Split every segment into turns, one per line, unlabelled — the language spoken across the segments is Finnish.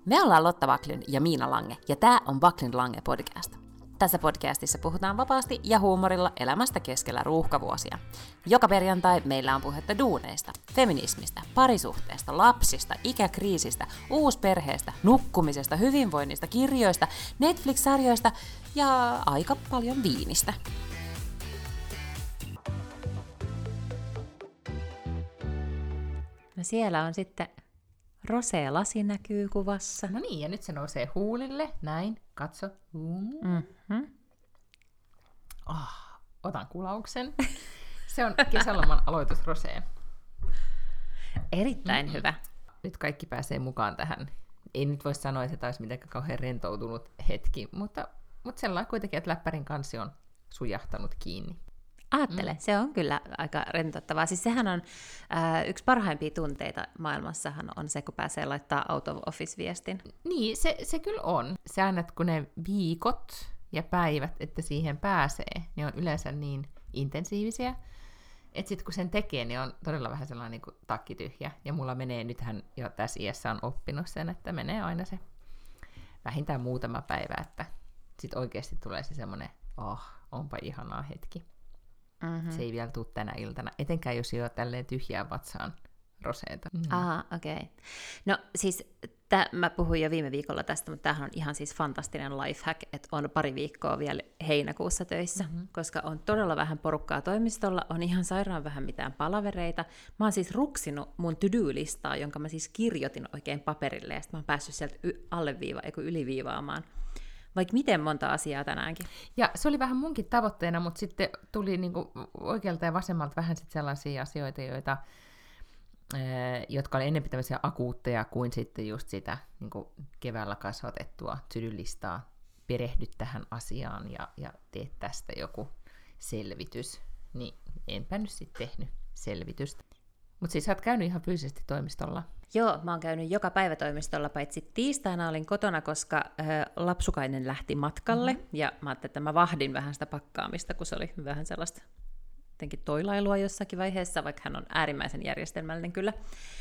Me ollaan Lotta Wacklund ja Miina Lange, ja tää on Wacklund Lange podcast. Tässä podcastissa puhutaan vapaasti ja huumorilla elämästä keskellä ruuhkavuosia. Joka perjantai meillä on puhetta duuneista, feminismistä, parisuhteesta, lapsista, ikäkriisistä, uusperheestä, nukkumisesta, hyvinvoinnista, kirjoista, Netflix-sarjoista ja aika paljon viinistä.
No siellä on sitten rosé-lasi näkyy kuvassa.
No niin, ja nyt se nousee huulille. Näin, katso.
Mm-hmm.
Otan kulauksen. Se on kesäloman aloitusrosé.
Erittäin hyvä.
Nyt kaikki pääsee mukaan tähän. Ei nyt voi sanoa, että tämä olisi mitenkään kauhean rentoutunut hetki, mutta sellainen kuitenkin, että läppärin kansi on sujahtanut kiinni.
Aattele, se on kyllä aika rentouttavaa. Siis sehän on yksi parhaimpia tunteita maailmassahan on se, kun pääsee laittaa out of office-viestin.
Niin, se kyllä on. Säännöt, kun ne viikot ja päivät, että siihen pääsee, niin on yleensä niin intensiivisiä, että sitten kun sen tekee, niin on todella vähän sellainen niin kuin takki tyhjä. Ja mulla menee, nythän jo tässä iässä on oppinut sen, että menee aina se vähintään muutama päivä, että sitten oikeasti tulee se semmoinen, onpa ihanaa hetki. Mm-hmm. Se ei vielä tule tänä iltana, etenkään jos jo tälleen tyhjää vatsaan roseeta.
Okei. Okay. No siis, mä puhuin jo viime viikolla tästä, mutta tämähän on ihan siis fantastinen lifehack, että on pari viikkoa vielä heinäkuussa töissä, koska on todella vähän porukkaa toimistolla, on ihan sairaan vähän mitään palavereita. Mä oon siis ruksinut mun to-do-listaa, jonka mä siis kirjoitin oikein paperille, ja sitten mä oon päässyt sieltä yliviivaamaan. Vaikka miten monta asiaa tänäänkin.
Ja se oli vähän munkin tavoitteena, mutta sitten tuli niinku oikealta ja vasemmalta vähän sit sellaisia asioita, jotka oli enemmän tämmöisiä akuutteja kuin sitten just sitä niinku keväällä kasvatettua to-do-listaa. Perehdy tähän asiaan ja tee tästä joku selvitys. Niin enpä nyt sitten tehnyt selvitystä. Mutta siis sä oot käynyt ihan fyysisesti toimistolla.
Joo, mä oon käynyt joka päivä toimistolla, paitsi tiistaina olin kotona, koska lapsukainen lähti matkalle, ja mä ajattelin, että mä vahdin vähän sitä pakkaamista, kun se oli vähän sellaista jotenkin toilailua jossakin vaiheessa, vaikka hän on äärimmäisen järjestelmällinen kyllä.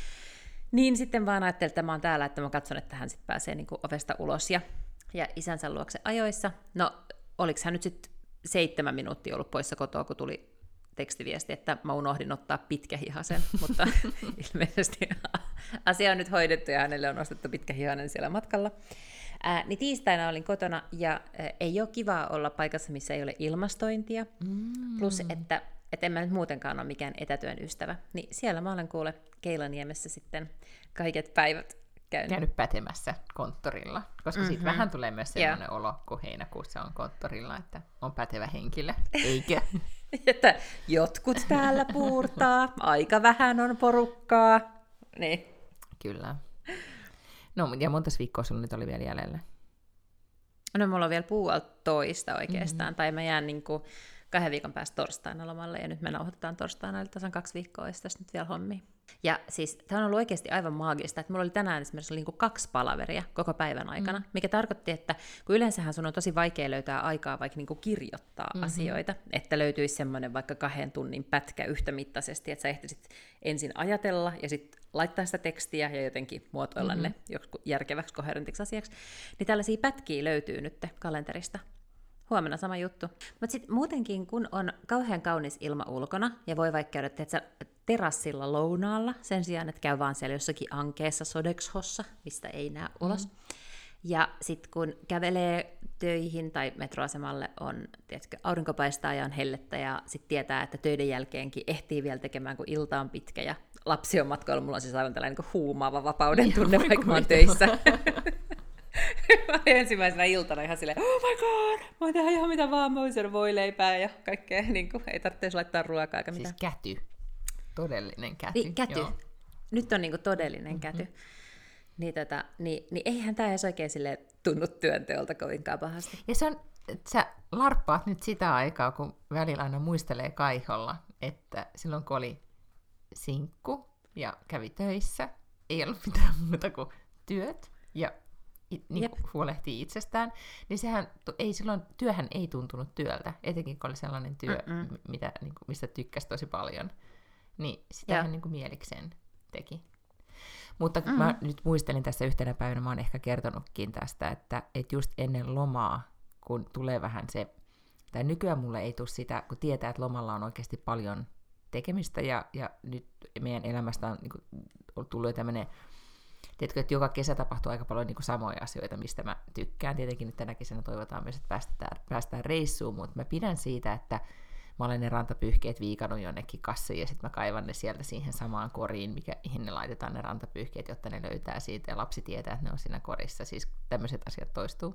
Niin sitten vaan ajattelin, että mä oon täällä, että mä katson, että hän sitten pääsee niin kuin ovesta ulos ja isänsä luokse ajoissa. No, oliks hän nyt sitten 7 minuuttia ollut poissa kotoa, kun tuli tekstiviesti, että mä unohdin ottaa pitkähihasen, mutta ilmeisesti asia on nyt hoidettu ja hänelle on ostettu pitkähihanen siellä matkalla. Niin tiistaina olin kotona ja ei ole kivaa olla paikassa, missä ei ole ilmastointia, plus että en mä nyt muutenkaan ole mikään etätyön ystävä. Niin siellä mä olen kuule Keilaniemessä sitten kaiket päivät
käynyt pätemässä konttorilla, koska siitä vähän tulee myös sellainen olo, kun heinäkuussa on konttorilla, että on pätevä henkilö, eikö?
Että jotkut täällä puurtaa, aika vähän on porukkaa. Niin.
Kyllä. No, ja monta viikkoa sulla nyt oli vielä jäljellä?
No, mulla on vielä 1,5 oikeastaan, tai mä jään niinku 2 viikon päästä torstaina lomalle, ja nyt me nauhoitetaan torstaina, eli tasan 2 viikkoa, ja tässä nyt vielä hommia. Ja siis tämä on ollut oikeasti aivan maagista, että mulla oli tänään esimerkiksi niinku 2 palaveria koko päivän aikana, mikä tarkoitti, että kun yleensähän sun on tosi vaikea löytää aikaa vaikka niinku kirjoittaa asioita, että löytyisi semmoinen vaikka 2 tunnin pätkä yhtämittaisesti, että sä ehtisit ensin ajatella ja sitten laittaa sitä tekstiä ja jotenkin muotoilla ne järkeväksi, koherentiksi asiaksi, niin tällaisia pätkiä löytyy nyt kalenterista. Huomenna sama juttu. Mutta sitten muutenkin, kun on kauhean kaunis ilma ulkona, ja voi vaikka käydä terassilla lounaalla, sen sijaan, että käy vaan siellä jossakin ankeessa Sodexhossa, mistä ei näe ulos. Ja sitten kun kävelee töihin tai metroasemalle, on, tiedätkö, aurinko paistaa ja on hellettä, ja sitten tietää, että töiden jälkeenkin ehtii vielä tekemään, kun ilta on pitkä, ja lapsi on matkoilla. Mulla on siis aivan tällainen niin huumaava vapauden tunne, vaikka mä oon töissä. Ensimmäisenä iltana ihan silleen, oh my god, mä voin tehdä ihan mitä vaan, mä voin syödä voileipää ja kaikkea, niin kuin, ei tarvitse laittaa ruokaa eikä mitään.
Siis käty, todellinen käty.
Niin, käty. Joo. Nyt on niin kuin todellinen käty. Niin eihän tämä edes oikein silleen tunnu työnteolta kovinkaan pahasti.
Ja se on, sä larppaat nyt sitä aikaa, kun välillä aina muistelee kaiholla, että silloin kun oli sinkku ja kävi töissä, ei ollut mitään muuta kuin työt ja niin huolehtii itsestään, niin sehän ei silloin, työhän ei tuntunut työltä, etenkin kun oli sellainen työ, mistä tykkäsi tosi paljon, niin sitähän niin kuin mielikseen teki. Mutta mä nyt muistelin tässä yhtenä päivänä, mä oon ehkä kertonutkin tästä, että just ennen lomaa, kun tulee vähän se, tai nykyään mulle ei tule sitä, kun tietää, että lomalla on oikeasti paljon tekemistä, ja nyt meidän elämästä on niin kuin, tullut tämmöinen, tiedätkö, että joka kesä tapahtuu aika paljon niin kuin samoja asioita, mistä mä tykkään. Tietenkin nyt tänä kesänä toivotaan myös, että päästään reissuun, mutta mä pidän siitä, että mä olen ne rantapyyhkeet viikannut jonnekin kassiin, ja sitten mä kaivan ne sieltä siihen samaan koriin, mihin ne laitetaan ne rantapyyhkeet, jotta ne löytää siitä, ja lapsi tietää, että ne on siinä korissa. Siis tämmöiset asiat toistuu.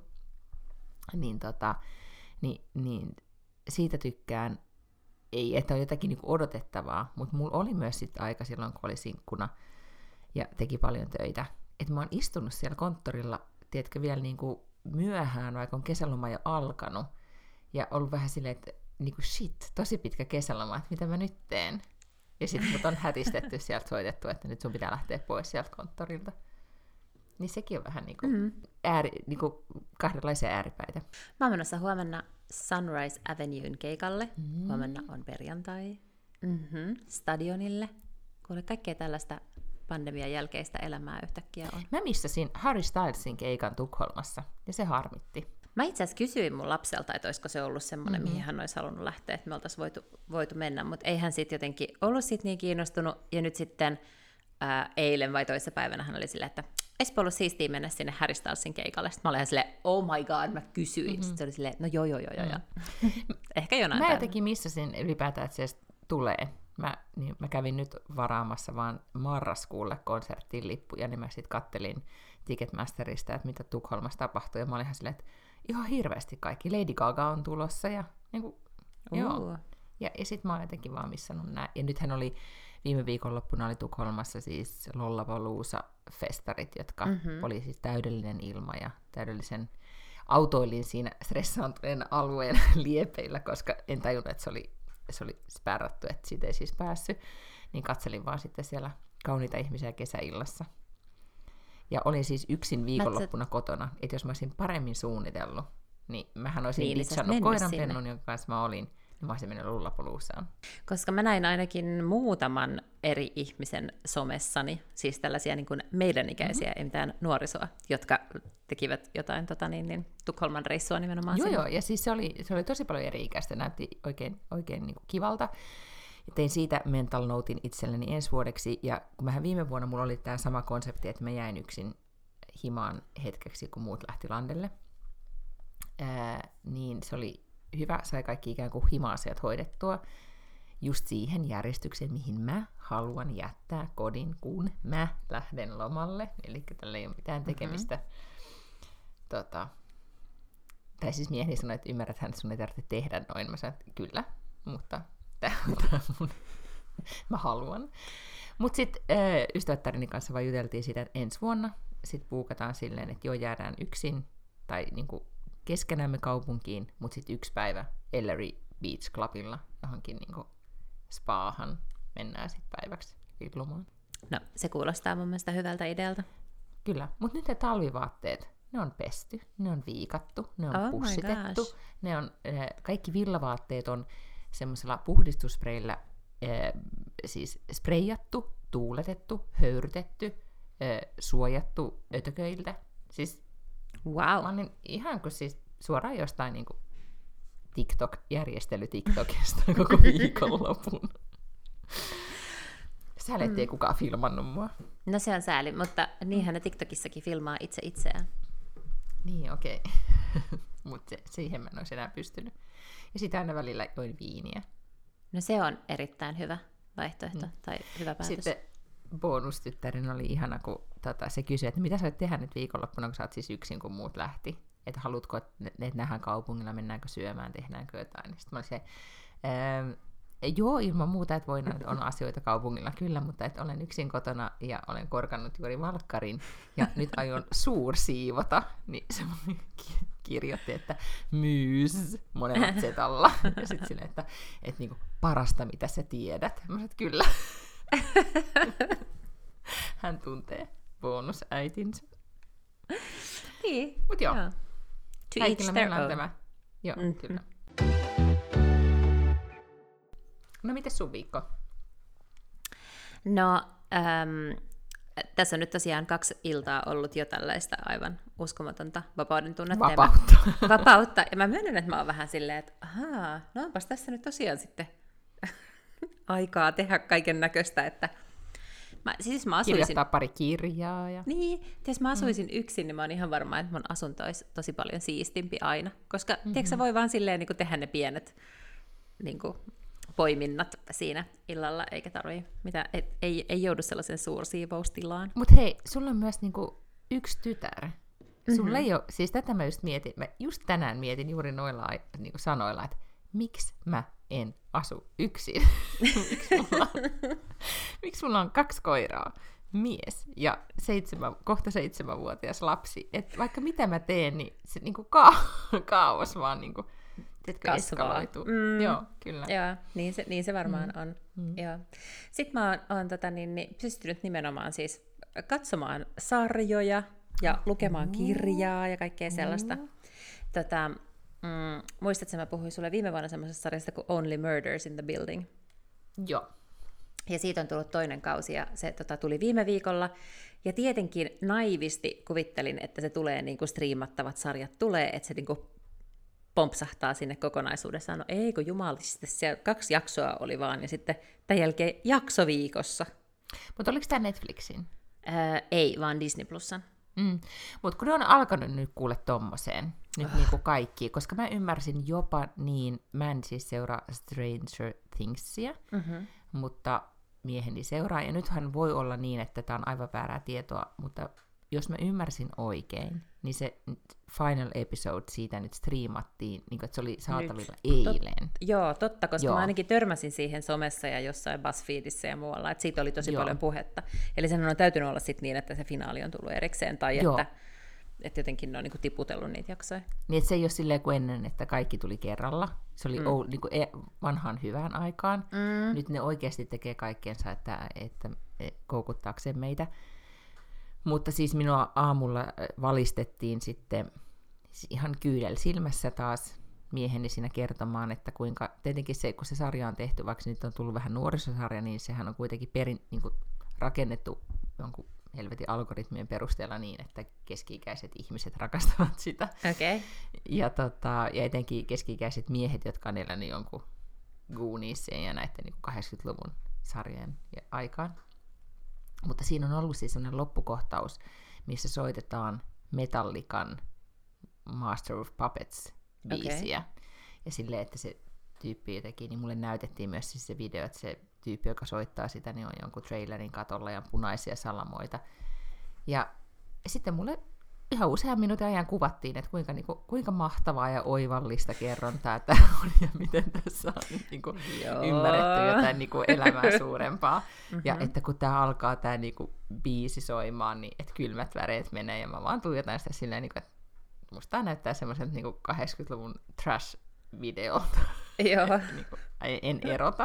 Niin siitä tykkään, ei, että on jotakin niin kuin odotettavaa, mutta mulla oli myös sitten aika silloin, kun oli sinkkuna, ja teki paljon töitä, että mä oon istunut siellä konttorilla, tiedätkö, vielä niin kuin myöhään, vaikka on kesäloma jo alkanut, ja ollut vähän silleen, että niin kuin shit, tosi pitkä kesäloma, että mitä mä nyt teen. Ja sitten mut on hätistetty sieltä, soitettu, että nyt sun pitää lähteä pois sieltä konttorilta. Niin sekin on vähän niin kuin, niin kuin kahdenlaisia ääripäitä.
Mä oon menossa huomenna Sunrise Avenuen keikalle. Huomenna on perjantai. Stadionille. Kuule, kaikkea tällaista pandemian jälkeistä elämää yhtäkkiä on.
Mä missasin Harry Stylesin keikan Tukholmassa, ja se harmitti.
Mä itse asiassa kysyin mun lapselta, että olisiko se ollut semmoinen, mihin hän olisi halunnut lähteä, että me oltaisiin voitu mennä, mutta ei hän sitten jotenkin ollut siitä niin kiinnostunut, ja nyt sitten eilen vai toissapäivänä hän oli silleen, että eisipä ollut siistiä mennä sinne Harry Stylesin keikalle. Sitten mä olin silleen, oh my god, mä kysyin. Sitten se oli silleen, no joo. Ehkä jonain
Mä
päivänä.
jotenkin missasin ylipäätään, että se tulee. Mä kävin nyt varaamassa vaan marraskuulle konserttiin lippuja, niin mä sitten kattelin Ticketmasterista, että mitä Tukholmassa tapahtui, ja mä olin ihan silleen, että ihan hirveästi kaikki. Lady Gaga on tulossa, ja niin kuin, joo. Ja sit mä oon jotenkin vaan missannut nää. Ja nythän oli, viime viikonloppuna oli Tukholmassa siis Lollapalooza-festarit, jotka oli siis täydellinen ilma, ja täydellisen autoilin siinä stressaantuneen alueen liepeillä, koska en tajunnut, että se oli spärrattu, että siitä ei siis päässyt, niin katselin vaan sitten siellä kauniita ihmisiä kesäillassa. Ja olin siis yksin viikonloppuna kotona, että jos mä olisin paremmin suunnitellut, niin mähän olisin vitsannut koiranpennun, jonka kanssa mä olin, niin mä olisin mennyt Lollapaloozaan.
Koska mä näin ainakin muutaman eri ihmisen somessani, siis tällaisia niin kuin meidän ikäisiä, ei mitään nuorisoa, jotka tekivät jotain Tukholman reissua nimenomaan.
Joo, ja siis se oli tosi paljon eri-ikäistä, näytti oikein niin kuin kivalta. Ja tein siitä mental notein itselleni ensi vuodeksi, ja kun mähän viime vuonna mulla oli tämä sama konsepti, että mä jäin yksin himaan hetkeksi, kun muut lähti landelle, niin se oli hyvä, sai kaikki ikään kuin hima-asiat hoidettua just siihen järjestykseen, mihin mä haluan jättää kodin, kun mä lähden lomalle, eli tällä ei ole mitään tekemistä. Tai siis mieheni sanoi, että ymmärräthän, sun ei tarvitse tehdä noin. Mä sanoin, että kyllä, mutta mä haluan. Mutta sitten ystävättärini kanssa vaan juteltiin siitä, että ensi vuonna sitten puukataan silleen, että joo, jäädään yksin tai niinku keskenämme kaupunkiin, mutta sitten yksi päivä Ellery Beach Clubilla johonkin niinku spaahan mennään sitten päiväksi lomaan.
No, se kuulostaa mun mielestä hyvältä idealta.
Kyllä, mutta nyt ne talvivaatteet, ne on pesty, ne on viikattu, ne on pussitettu, ne on, kaikki villavaatteet on semmoisella puhdistusspreillä siis spreijattu, tuuletettu, höyrytetty, suojattu ötököiltä. Siis
wow.
Mä olin ihan kuin siis suoraan jostain niin kuin järjestely TikTokista koko viikonlopun. Sääli, ettei kukaan filmannut mua.
No se on sääli, mutta niinhän ne TikTokissakin filmaa itse itseään.
Niin, okei. Mutta siihen mä en olisi enää pystynyt. Ja sitä aina välillä join viiniä.
No se on erittäin hyvä vaihtoehto tai hyvä päätös.
Sitten bonustyttärin oli ihana, kun se kysyi, että mitä sä voit tehdä nyt viikonloppuna, kun sä oot siis yksin, kun muut lähti. Että haluatko, että nähdään kaupungilla, mennäänkö syömään, tehdäänkö jotain. Sitten mä olin se, joo, ilman muuta, että on asioita kaupungilla kyllä, mutta että olen yksin kotona ja olen korkannut juuri valkkarin ja nyt aion suursiivota, niin se kirjoitti, että myys monella zetalla. Ja sitten silleen, että niinku parasta, mitä sä tiedät. Mä sanoin, että kyllä. Hän tuntee bonusäitinsä.
Niin.
Mut joo.
Kaikilla meillä on
tämä. Joo, kyllä. No, miten sun viikko?
No, Tässä on nyt tosiaan 2 iltaa ollut jo tällaista aivan uskomatonta vapauden tunnetta. Vapautta. Ja mä myönnän, että mä oon vähän silleen, että no onpas tässä nyt tosiaan sitten aikaa tehdä kaiken näköistä, että mä asuisin...
Kirjoittaa pari kirjaa.
Niin, jos mä asuisin yksin, niin mä oon ihan varma, että mun asunto olisi tosi paljon siistimpi aina. Koska, tiedätkö, sä voi vaan silleen niin kuin tehdä ne pienet niin kuin poiminnat siinä illalla, eikä tarvii ei joudu sellaisen suursiivoustilaan.
Mut hei, sulla on myös niinku yksi tytär. Sulla ei ole, siis tätä mä just mietin, mä just tänään mietin juuri noilla niinku sanoilla, että miksi mä en asu yksin? Miksi mulla on 2 koiraa, mies ja kohta 7-vuotias lapsi? Et vaikka mitä mä teen, niin se niinku kaos vaan niinku eskaloituu. Joo, kyllä.
Joo, niin se varmaan on. Joo. Sitten mä oon pystynyt nimenomaan siis katsomaan sarjoja ja lukemaan kirjaa ja kaikkea sellaista. Muistatko, mä puhuin sulle viime vuonna semmoisesta sarjasta kuin Only Murders in the Building?
Joo.
Ja siitä on tullut toinen kausi, ja se tuli viime viikolla. Ja tietenkin naivisti kuvittelin, että se tulee niin kuin striimattavat sarjat tulee, että se niin kuin pompsahtaa sinne kokonaisuudessaan. No ei, kun jumalista, siellä 2 jaksoa oli vaan, ja sitten tämän jälkeen jakso viikossa.
Mutta oliko tämä Netflixin?
Ei, vaan Disney Plusan.
Mutta kun ne on alkanut nyt kuule tommoseen, nyt niinku kaikki, koska mä ymmärsin jopa niin, mä en siis seuraa Stranger Thingsia, mutta mieheni seuraa, ja nythän voi olla niin, että tämä on aivan väärää tietoa, mutta jos mä ymmärsin oikein, niin se final episode siitä nyt striimattiin, niin että se oli saatavilla eilen.
Joo, totta, koska mä ainakin törmäsin siihen somessa ja jossain BuzzFeedissä ja muualla, että siitä oli tosi paljon puhetta. Eli sen on täytynyt olla sitten niin, että se finaali on tullut erikseen, tai että jotenkin ne on niin kuin tiputellut niitä jaksoja.
Niin, että se ei ole silleen kuin ennen, että kaikki tuli kerralla. Se oli niin kuin vanhaan hyvään aikaan. Nyt ne oikeasti tekee kaikkeensa, että koukuttaakseen meitä. Mutta siis minua aamulla valistettiin sitten ihan kyydellä silmässä taas mieheni siinä kertomaan, että kuinka, tietenkin se, kun se sarja on tehty, vaikka nyt on tullut vähän nuorisosarja, niin sehän on kuitenkin niin kuin rakennettu jonkun helvetin algoritmien perusteella niin, että keski-ikäiset ihmiset rakastavat sitä.
Okay.
Ja etenkin keski-ikäiset miehet, jotka on elänyt jonkun Gooniesien ja näiden niin kuin 80-luvun sarjojen aikaan. Mutta siinä on ollut siis sellainen loppukohtaus, missä soitetaan Metallican Master of Puppets-biisiä. Okay. Ja silleen, että se tyyppi jotenkin, niin mulle näytettiin myös siis se video, että se tyyppi, joka soittaa sitä, niin on jonkun trailerin katolla ja punaisia salamoita. Ja sitten mulle ihan usean minuutin ajan kuvattiin, että kuinka mahtavaa ja oivallista kerrontaa tämä on ja miten tässä on ymmärretty jotain elämää suurempaa. Ja että kun tämä alkaa tämä biisi soimaan, niin että kylmät väreet menee ja mä vaan tuijotan sitä silleen, että musta tämä näyttää semmoiselta 80-luvun trash-videolta.
Joo.
En erota.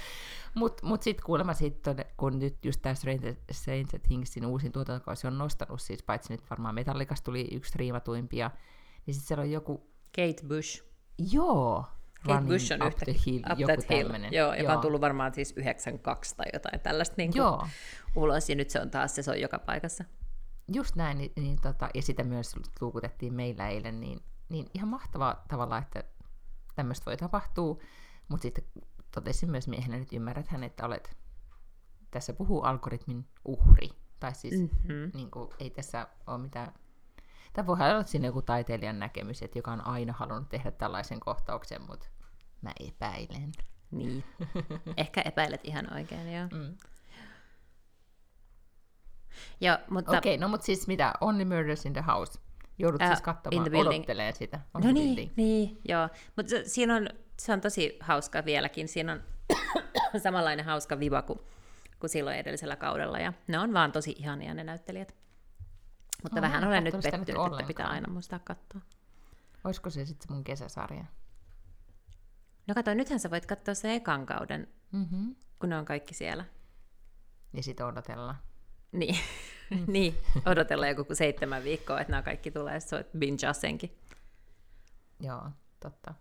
Mut sitten kuulemma kun nyt just tämä Stranger Thingsin uusin tuotantokausi on nostanut, siis paitsi nyt varmaan Metallicasta tuli yksi striimatuimpia, niin sitten siellä on joku...
Kate Bush.
Joo.
Kate Bush on
yhtä joku tämmöinen.
Joo, joka on tullut varmaan siis 92 tai jotain tällaista ulos, ja nyt se on joka paikassa.
Just näin, ja sitä myös luukutettiin meillä eilen, niin ihan mahtavaa tavalla, että tämmöistä voi tapahtua, mutta sitten totesin myös miehenä, että ymmärräthän, että tässä puhuu algoritmin uhri. Tai siis ei tässä ole mitään... Tämä voi olla siinä joku taiteilijan näkemys, että joka on aina halunnut tehdä tällaisen kohtauksen, mutta mä epäilen.
Niin. Ehkä epäilet ihan oikein, joo. Joo, mutta...
Okei, no mutta siis mitä? Only Murders in the House. Joudut siis katsomaan, odottelemaan sitä.
No niin, joo. Mutta se on tosi hauska vieläkin. Siinä on samanlainen hauska viba kuin silloin edellisellä kaudella. Ja ne on vaan tosi ihania ne näyttelijät. Mutta vähän olen nyt pettynyt, että pitää aina muistaa katsoa.
Olisiko se sitten mun kesäsarja?
No kato, nythän sä voit katsoa sen ekan kauden, kun ne on kaikki siellä.
Ja sitten odotellaan.
Niin. Niin, odotella joku 7 viikkoa, että nämä kaikki tulee, että sä voit bingea senkin.
Joo, totta.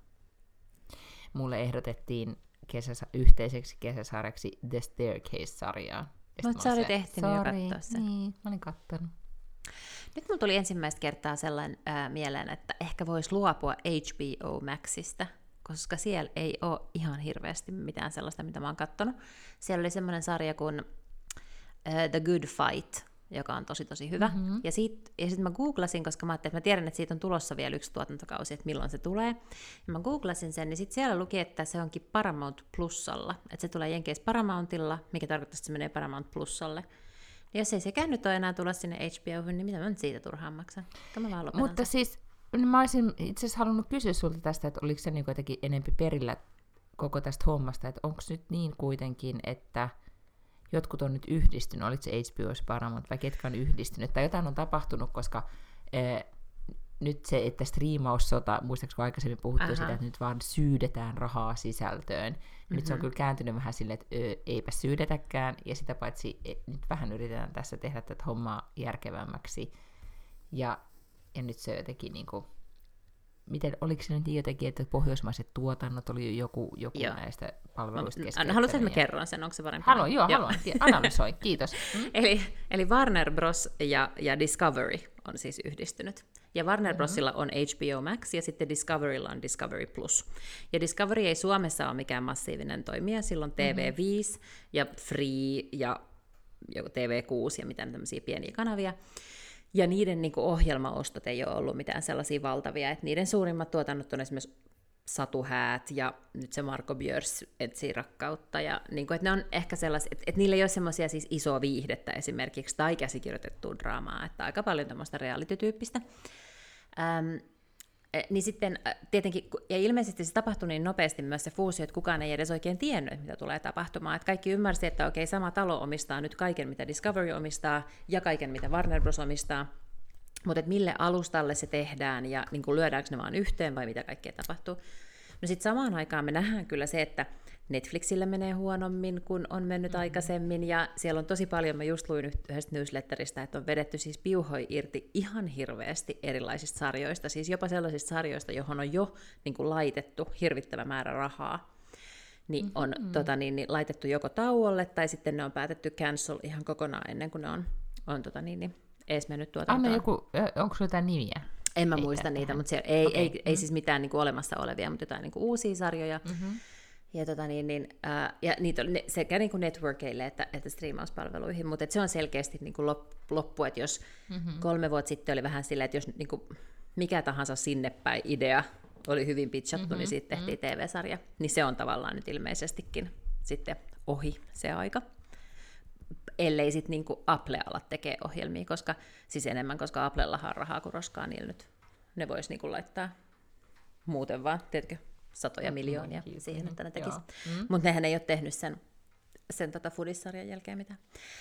Mulle ehdotettiin yhteiseksi kesäsarjaksi The Staircase-sarjaa.
Mutta sä olit ehtinyt jo katsoa sen.
Niin, mä olin kattonut.
Nyt mulla tuli ensimmäistä kertaa sellainen mieleen, että ehkä voisi luopua HBO Maxista, koska siellä ei ole ihan hirveästi mitään sellaista, mitä mä oon kattonut. Siellä oli semmoinen sarja kuin The Good Fight, joka on tosi hyvä. Mm-hmm. Ja sitten mä googlasin, koska mä ajattelin, että mä tiedän, että siitä on tulossa vielä yksi tuotantokausi, että milloin se tulee. Ja mä googlasin sen, niin sitten siellä luki, että se onkin Paramount Plusalla. Että se tulee Jenkeissä Paramountilla, mikä tarkoittaa, että se menee Paramount Plusalle. Ja jos ei sekään nyt ole enää tulla sinne HBO:hun, niin mitä mä nyt siitä turhaan maksan?
Mutta siis mä olisin itse asiassa halunnut kysyä sulta tästä, että oliko se niin jotenkin enempi perillä koko tästä hommasta, että onko nyt niin kuitenkin, että jotkut on nyt yhdistynyt, oliko se HBO, Paramount vai ketkä on yhdistynyt, tai jotain on tapahtunut, koska nyt se, että striimaussota, muistaakseni aikaisemmin puhuttiin sitä, että nyt vaan syydetään rahaa sisältöön. Mm-hmm. Nyt se on kyllä kääntynyt vähän silleen, että eipä syydetäkään, ja sitä paitsi nyt vähän yritetään tässä tehdä tätä hommaa järkevämmäksi. Ja nyt se jotenkin niinku, miten, oliko se nyt jotenkin, että pohjoismaiset tuotannot oli joku näistä palveluista keskeyttänyt?
Haluatko, että mä kerron sen, onko se parempi?
Haluan. Analysoi, kiitos.
Eli Warner Bros. Ja Discovery on siis yhdistynyt. Ja Warner Brosilla on HBO Max, ja sitten Discoverylla on Discovery Plus. Ja Discovery ei Suomessa ole mikään massiivinen toimija, sillä on TV5 ja Free ja TV6 ja mitään tämmöisiä pieniä kanavia. Ja niiden niin kuin ohjelmaostot ei ole ollut mitään sellaisia valtavia, että niiden suurimmat tuotannot on esimerkiksi Satu Häät ja nyt se Marco Björs etsii rakkautta. Ja niin kuin, että ne on ehkä sellaisia, että niillä ei ole semmoisia siis isoa viihdettä esimerkiksi tai käsikirjoitettua draamaa, että aika paljon tämmöistä reality-tyyppistä. Niin sitten tietenkin, ja ilmeisesti se tapahtui niin nopeasti myös se fuusio, että kukaan ei edes oikein tiennyt, mitä tulee tapahtumaan. Että kaikki ymmärsi, että okei, sama talo omistaa nyt kaiken, mitä Discovery omistaa, ja kaiken, mitä Warner Bros. Omistaa. Mutta että mille alustalle se tehdään, ja niin kuin lyödäänkö ne vaan yhteen, vai mitä kaikkea tapahtuu. No sitten samaan aikaan me nähdään kyllä se, että Netflixille menee huonommin kuin on mennyt aikaisemmin, ja siellä on tosi paljon, mä just luin yhdestä newsletteristä, että on vedetty siis piuhoi irti ihan hirveästi erilaisista sarjoista, siis jopa sellaisista sarjoista, johon on jo niin kuin laitettu hirvittävä määrä rahaa, niin on laitettu joko tauolle, tai sitten ne on päätetty cancel ihan kokonaan ennen kuin ne on edes mennyt tuotantoon.
Anna joku, onko sulla jotain nimiä?
En mä muista niitä, mutta siellä ei siis mitään niin kuin olemassa olevia, mutta jotain niin kuin uusia sarjoja. Ja niitä on sekä niin kuin networkeille että striimauspalveluihin, mutta se on selkeästi niin kuin loppu, että jos 3 vuotta sitten oli vähän silleen, että jos niin kuin mikä tahansa sinne päin idea oli hyvin pitchattu, niin siitä tehtiin TV-sarja, niin se on tavallaan nyt ilmeisestikin sitten ohi se aika. Ellei sitten niin kuin Apple ala tekee ohjelmia, koska Applellahan on rahaa kuin roskaa, niin nyt ne vois niin kuin laittaa muuten vaan, tiedätkö, satoja miljoonia siihen, että ne tekisi. Mutta nehän ei ole tehnyt sen Foodis-sarjan jälkeen mitään.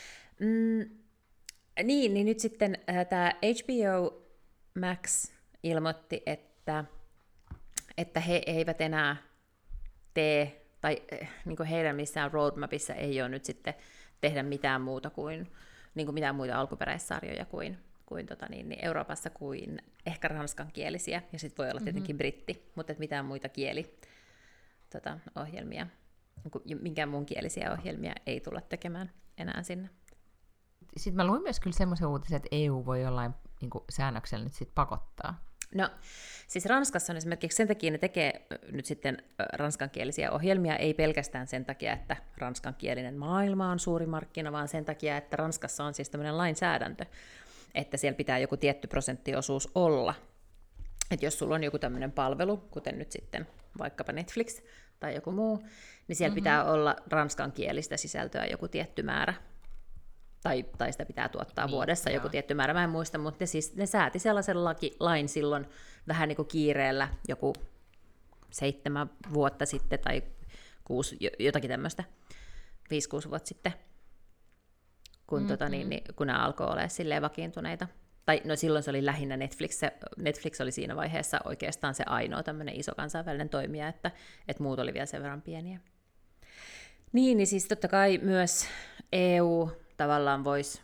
Niin nyt sitten tämä HBO Max ilmoitti, että he eivät enää tee, tai niin kuin heidän missään roadmapissa ei ole nyt sitten tehdä mitään muuta kuin mitään muita alkuperäissarjoja kuin Euroopassa kuin ehkä ranskankielisiä, ja sitten voi olla tietenkin britti, mutta mitään muita ohjelmia, minkään muun kielisiä ohjelmia ei tulla tekemään enää sinne.
Sitten mä luin myös kyllä semmoisen uutisen, että EU voi jollain niin kuin säännöksellä nyt sitten pakottaa.
No, siis Ranskassa on esimerkiksi sen takia ne tekee nyt sitten ranskankielisiä ohjelmia, ei pelkästään sen takia, että ranskankielinen maailma on suuri markkina, vaan sen takia, että Ranskassa on siis tämmöinen lainsäädäntö, että siellä pitää joku tietty prosenttiosuus olla. Että jos sulla on joku tämmöinen palvelu, kuten nyt sitten vaikkapa Netflix tai joku muu, niin siellä pitää olla ranskankielistä sisältöä joku tietty määrä. Tai sitä pitää tuottaa vuodessa joku tietty määrä, mä en muista, mutta ne sääti sellaisen lain silloin vähän niin kuin kiireellä joku 7 vuotta sitten tai 6, jotakin tämmöistä, 5-6 vuotta sitten, kun, kun nämä alkoi olla silleen vakiintuneita. Tai no silloin se oli lähinnä Netflix oli siinä vaiheessa oikeastaan se ainoa tämmöinen iso kansainvälinen toimija, että muut oli vielä sen verran pieniä. Niin siis totta kai myös EU tavallaan voisi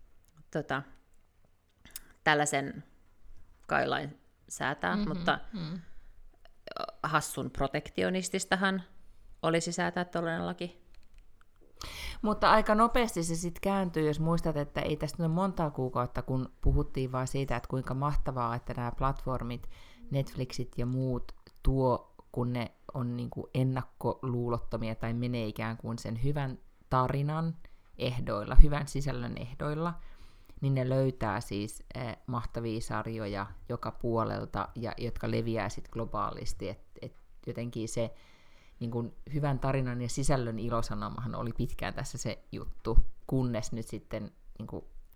tällaisen kailain säätää, mutta hassun protektionististahan olisi säätää tällainen laki.
Mutta aika nopeasti se sitten kääntyy, jos muistat, että ei tästä ole montaa kuukautta, kun puhuttiin vaan siitä, että kuinka mahtavaa, että nämä platformit, Netflixit ja muut tuo, kun ne on niin kuin ennakkoluulottomia tai menee ikään kuin sen hyvän tarinan ehdoilla, hyvän sisällön ehdoilla, niin ne löytää siis mahtavia sarjoja joka puolelta, ja jotka leviää sitten globaalisti. Et jotenkin se niin kun hyvän tarinan ja sisällön ilosanomahan oli pitkään tässä se juttu, kunnes nyt sitten, en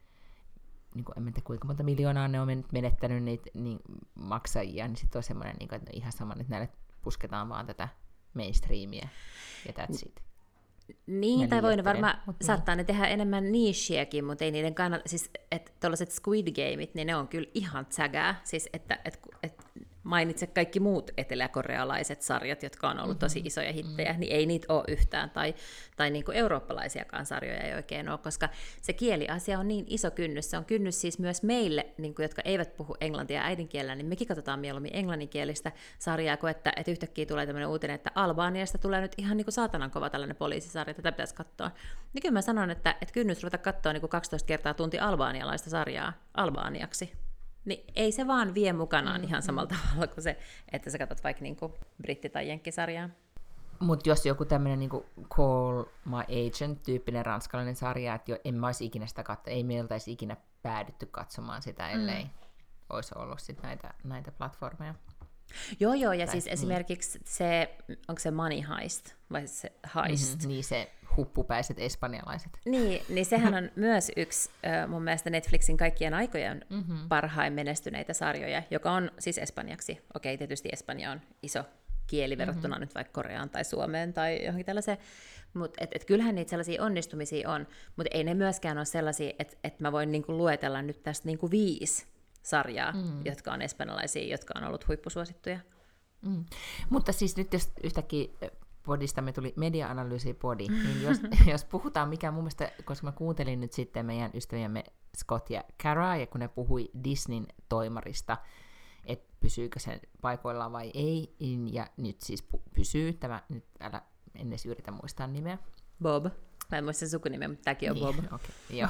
tiedä kuinka monta miljoonaa ne on menettänyt niitä maksajia, niin sitten on semmoinen, että no ihan sama, että näille pusketaan vaan tätä mainstreamia, ja that's it.
Niin, tai voi ne varmaan, saattaa ne tehdä enemmän nicheäkin, mutta ei niiden kannalta, siis että tuollaiset Squid Gameit, niin ne on kyllä ihan tsägää, siis että mainitse kaikki muut eteläkorealaiset sarjat, jotka on ollut tosi isoja hittejä, niin ei niitä ole yhtään, tai niin kuin eurooppalaisiakaan sarjoja ei oikein ole, koska se kieliasia on niin iso kynnys, se on kynnys siis myös meille, niin kuin, jotka eivät puhu englantia äidinkielellä, niin mekin katsotaan mieluummin englanninkielistä sarjaa, kuin että yhtäkkiä tulee tämmöinen uutinen, että Albaniasta tulee nyt ihan niin kuin saatanan kova tällainen poliisisarja, tätä pitäisi katsoa. Niin kyllä mä sanon, että kynnys ruveta katsoa niin kuin 12 kertaa tunti albaanialaista sarjaa albaaniaksi. Niin ei se vaan vie mukanaan ihan samalla tavalla kuin se, että sä katsot vaikka niinku britti- tai jenkkisarjaa.
Mutta jos joku tämmöinen niinku Call My Agent-tyyppinen ranskalainen sarja, että en mä olisi ikinä sitä katsoa, ei meiltä olisi ikinä päädytty katsomaan sitä, ellei olisi ollut sit näitä platformeja.
Joo, ja siis esimerkiksi se, onko se Money Heist, vai se Heist?
Niin se huppupäiset espanjalaiset.
Niin sehän on myös yksi mun mielestä Netflixin kaikkien aikojen parhain menestyneitä sarjoja, joka on siis espanjaksi. Okei, tietysti Espanja on iso kieli verrattuna nyt vaikka Koreaan tai Suomeen tai johonkin tällaiseen, mutta kyllähän niitä sellaisia onnistumisia on, mutta ei ne myöskään ole sellaisia, että mä voin niinku luetella nyt tästä niinku 5 sarjaa, jotka on espanjalaisia, jotka on ollut huippusuosittuja.
Mutta siis nyt jos yhtäkkiä podistamme tuli media-analyysi-podi, niin jos puhutaan, mikä mun mielestä, koska mä kuuntelin nyt sitten meidän ystäviämme Scott ja Cara, ja kun ne puhui Disneyn toimarista, että pysyykö se paikoillaan vai ei, ja nyt siis pysyy, nyt en edes yritä muistaa nimeä.
Bob. Mä en muista sukunimeä, mutta tämäkin on
niin,
Bob.
Okay, joo.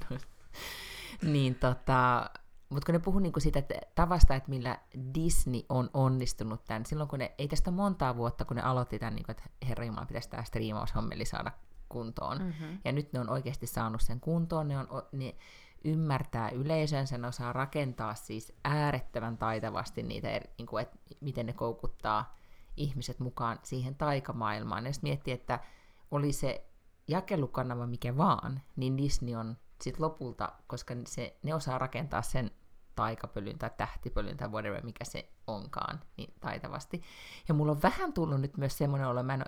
Niin mutta kun ne puhuu niinku siitä että tavasta, että millä Disney on onnistunut tämän, silloin kun ei tästä montaa vuotta, kun ne aloitti tämän, niin kuin, että herranjumala pitäisi tämä striimaushommeli saada kuntoon. Ja nyt ne on oikeasti saanut sen kuntoon, ne ymmärtää yleisön, sen osaa rakentaa siis äärettömän taitavasti niitä, niin kuin, että miten ne koukuttaa ihmiset mukaan siihen taikamaailmaan. Ja sitten miettii, että oli se jakelukanava mikä vaan, niin Disney on sitten lopulta, koska ne osaa rakentaa sen taikapölyn tai tähtipölyn tai whatever, mikä se onkaan, niin taitavasti. Ja mulla on vähän tullut nyt myös semmoinen olo, mä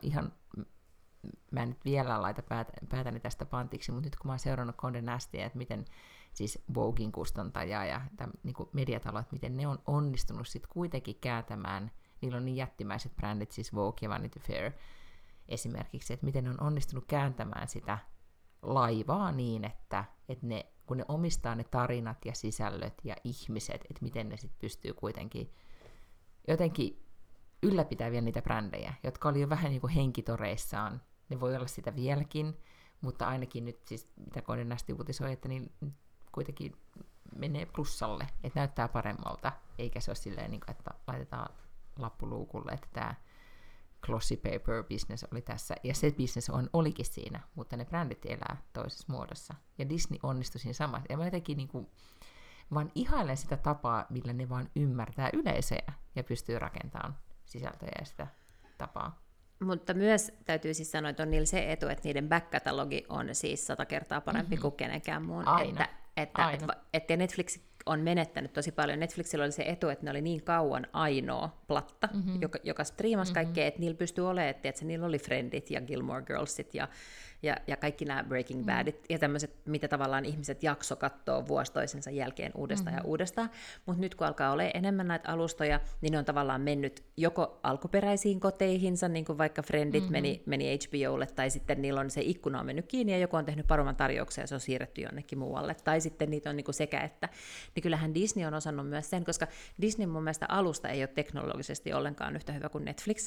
en nyt vielä laita päätäni tästä pantiksi, mutta nyt kun mä oon seurannut Condé Nastia, että miten siis Voguein kustantaja ja niin mediatalot, miten ne on onnistunut sitten kuitenkin kääntämään, niillä on niin jättimäiset brändit, siis Vogue ja Vanity Fair esimerkiksi, että miten ne on onnistunut kääntämään sitä laivaa niin, että kun ne omistaa ne tarinat ja sisällöt ja ihmiset, että miten ne sitten pystyy kuitenkin jotenkin ylläpitää vielä niitä brändejä, jotka oli jo vähän niin kuin henkitoreissaan. Ne voi olla sitä vieläkin, mutta ainakin nyt siis, mitä Condé Nast uutisoi, että niin kuitenkin menee plussalle, että näyttää paremmalta, eikä se ole silleen, niin kuin, että laitetaan lappuluukulle, että tämä glossy paper business oli tässä, ja se business olikin siinä, mutta ne brändit elää toisessa muodossa. Ja Disney onnistui siinä samassa. Ja mä jotenkin niin vaan ihailen sitä tapaa, millä ne vaan ymmärtää yleisöjä ja pystyy rakentamaan sisältöjä ja sitä tapaa.
Mutta myös täytyy siis sanoa, että on niillä se etu, että niiden back-katalogi on siis 100 kertaa parempi kuin kenenkään muun.
Aina.
Että Netflix on menettänyt tosi paljon. Netflixillä oli se etu, että ne oli niin kauan ainoa platta, joka striimasi kaikkea, että niillä pystyy olemaan, että niillä oli Friendit ja Gilmore Girlsit ja kaikki nämä Breaking Badit ja tämmöiset, mitä tavallaan ihmiset jakso kattoo vuosi toisensa jälkeen uudestaan ja uudestaan. Mutta nyt kun alkaa olla enemmän näitä alustoja, niin ne on tavallaan mennyt joko alkuperäisiin koteihinsa, niin kuin vaikka Friendit meni HBOlle, tai sitten niillä on se ikkuna on mennyt kiinni ja joku on tehnyt paremman tarjouksen ja se on siirretty jonnekin muualle. Tai sitten niitä on niin kuin sekä että. Niin kyllähän Disney on osannut myös sen, koska Disney mun mielestä alusta ei ole teknologisesti ollenkaan yhtä hyvä kuin Netflix.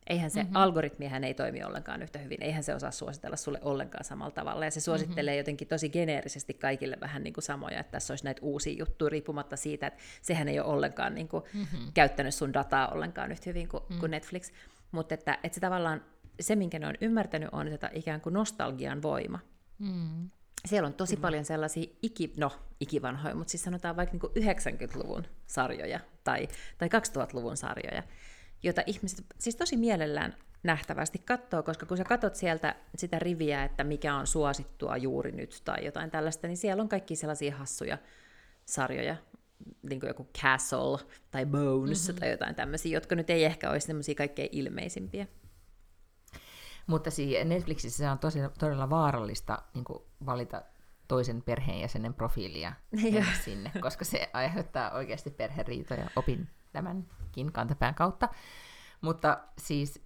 Eihän se algoritmihän ei toimi ollenkaan yhtä hyvin, eihän se osaa suositella sulle ollenkaan samalla tavalla, ja se suosittelee jotenkin tosi geneerisesti kaikille vähän niin kuin samoja, että tässä olisi näitä uusia juttuja, riippumatta siitä, että sehän ei ole ollenkaan niin kuin käyttänyt sun dataa ollenkaan yhtä hyvin kuin Netflix, mutta että se tavallaan, se minkä ne on ymmärtänyt, on että ikään kuin nostalgian voima. Siellä on tosi paljon sellaisia ikivanhoja, mutta siis sanotaan vaikka niin 90-luvun sarjoja tai 2000-luvun sarjoja, jota ihmiset siis tosi mielellään nähtävästi katsoo, koska kun sä katot sieltä sitä riviä, että mikä on suosittua juuri nyt tai jotain tällaista, niin siellä on kaikki sellaisia hassuja sarjoja, niin kuin joku Castle tai Bones tai jotain tämmöisiä, jotka nyt ei ehkä olisi semmoisia kaikkein ilmeisimpiä.
Mutta Netflixissä se on todella vaarallista niin kuin valita toisen perheenjäsenen profiilia sinne, koska se aiheuttaa oikeasti perheriitoja. Opin tämänkin kantapään kautta. Mutta siis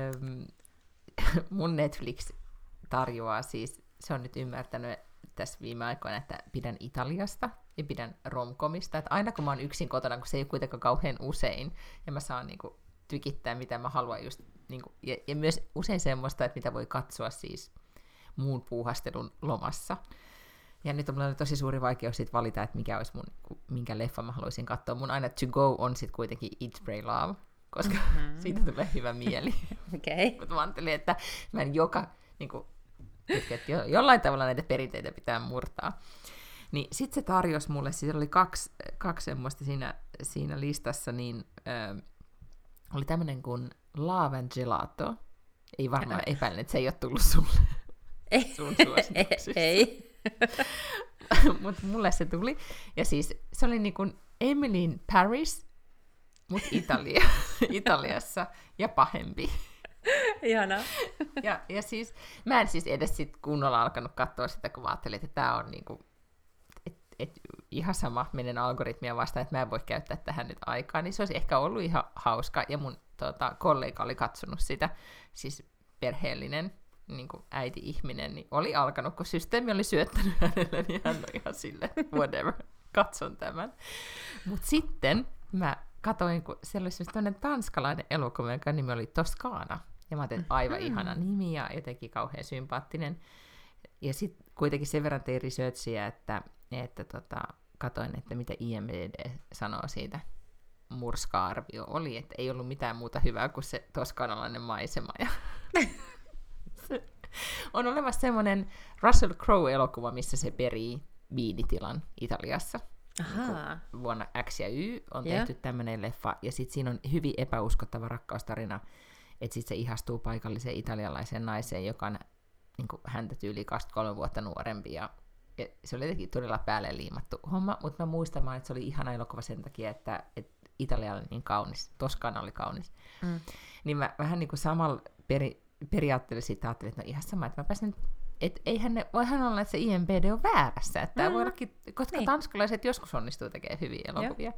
mun Netflix tarjoaa siis, se on nyt ymmärtänyt tässä viime aikoina, että pidän Italiasta ja pidän romkomista. Että aina kun mä oon yksin kotona, kun se ei ole kuitenkaan kauhean usein, ja mä saan niinku tykittää, mitä mä haluan just, niinku, ja myös usein semmoista, että mitä voi katsoa siis muun puuhastelun lomassa. Ja nyt on mulla tosi suuri vaikeus sit valita, että mikä olisi minkä leffa mä haluaisin katsoa. Mun aina to go on sit kuitenkin Eat, Pray, Love, koska siitä tulee hyvä mieli.
Okay.
Mutta mä ajattelin, että mä en niinku, että jollain tavalla näitä perinteitä pitää murtaa. Niin sit se tarjosi mulle, siis oli kaksi semmoista siinä listassa, niin oli tämmönen kuin Love and Gelato. Ei varmaan epäilen, että se ei ole tullut sulle. Sun suosituksissa.
Ei.
Mutta mulle se tuli. Ja siis se oli niin kuin Emily in Paris, mutta Italiassa ja pahempi.
Ihanaa.
Ja siis mä en siis edes sit kunnolla alkanut katsoa sitä, kun ajattelin, että tää on niinku, ihan sama menen algoritmia vastaan, että mä en voi käyttää tähän nyt aikaa, niin se olisi ehkä ollut ihan hauska. Ja mun kollega oli katsonut sitä, siis perheellinen niin kuin äiti-ihminen, niin oli alkanut, kun systeemi oli syöttänyt hänelle, niin hän on ihan silleen, whatever, katson tämän. Mutta sitten mä katsoin, kun siellä oli sellainen tanskalainen elokuva, jonka nimi oli Toskana. Ja mä ajattelin, että aivan ihana nimi ja jotenkin kauhean sympaattinen. Ja sitten kuitenkin sen verran tein researchia, että katsoin, että mitä IMDb sanoo siitä. Murska-arvio oli, että ei ollut mitään muuta hyvää kuin se toskanalainen maisema. Ja on olemassa semmoinen Russell Crowe-elokuva, missä se perii viinitilan Italiassa. Niin vuonna X ja Y on tehty tämmöinen leffa, ja sitten siinä on hyvin epäuskottava rakkaustarina, että sitten se ihastuu paikalliseen italialaiseen naiseen, joka on niin kuin häntä tyyli 23 vuotta nuorempi, ja se oli jotenkin todella päälle liimattu homma, mutta mä muistan, että se oli ihana elokuva sen takia, että Italia oli niin kaunis, Toskana oli kaunis. Niin mä vähän niin kuin samalla periaatteellisesti ajattelin, että no ihan sama, että mä pääsen, että voihan olla, että se IMDb on väärässä, että tämä voi ollakin, koska niin. Tanskalaiset joskus onnistuu tekemään hyviä elokuvia.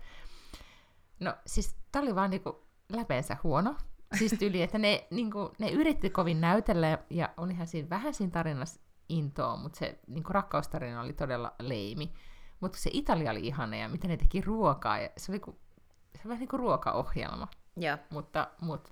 No siis tää oli vaan niinku läpeensä huono, siis tyyli, että ne yritti kovin näytellä, ja olihan siinä vähän siinä tarinassa intoa, mutta se niinku rakkaustarina oli todella leimi. Mutta se Italia oli ihana, ja miten ne teki ruokaa, ja se oli vähän niin kuin ruokaohjelma.
Yeah.
Mutta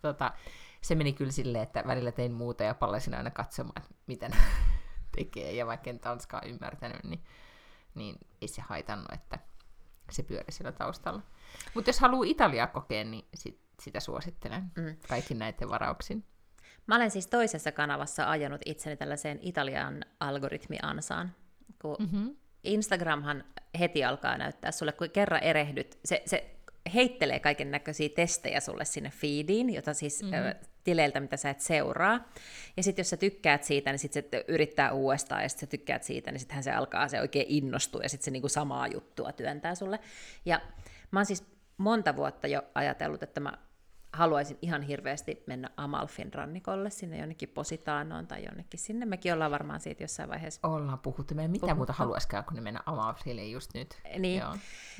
se meni kyllä silleen, että välillä tein muuta ja palasin aina katsomaan, että mitä ne tekee. Ja vaikka en tanskaa ymmärtänyt, niin ei se haitannut, että se pyöri siellä taustalla. Mutta jos haluaa Italiaa kokea, niin sitä suosittelen kaikki näiden varauksin.
Mä olen siis toisessa kanavassa ajanut itseni tällaiseen Italian algoritmiansaan, kun Instagramhan heti alkaa näyttää sulle, kun kerran erehdyt, se heittelee kaiken näköisiä testejä sulle sinne feediin, jota siis tileiltä, mitä sä et seuraa. Ja sitten jos sä tykkäät siitä, niin sitten se yrittää uudestaan, ja sitten sä tykkäät siitä, niin sittenhän se alkaa se oikein innostua, ja sitten se niinku samaa juttua työntää sulle. Ja mä oon siis monta vuotta jo ajatellut, että mä haluaisin ihan hirveästi mennä Amalfin rannikolle, sinne jonnekin Positaanoon tai jonnekin sinne. Mekin ollaan varmaan siitä jossain vaiheessa.
Ollaan puhuttu. Me ei mitään muuta haluaisikaan, kun ne mennä Amalfille just nyt.
Niin. Joo.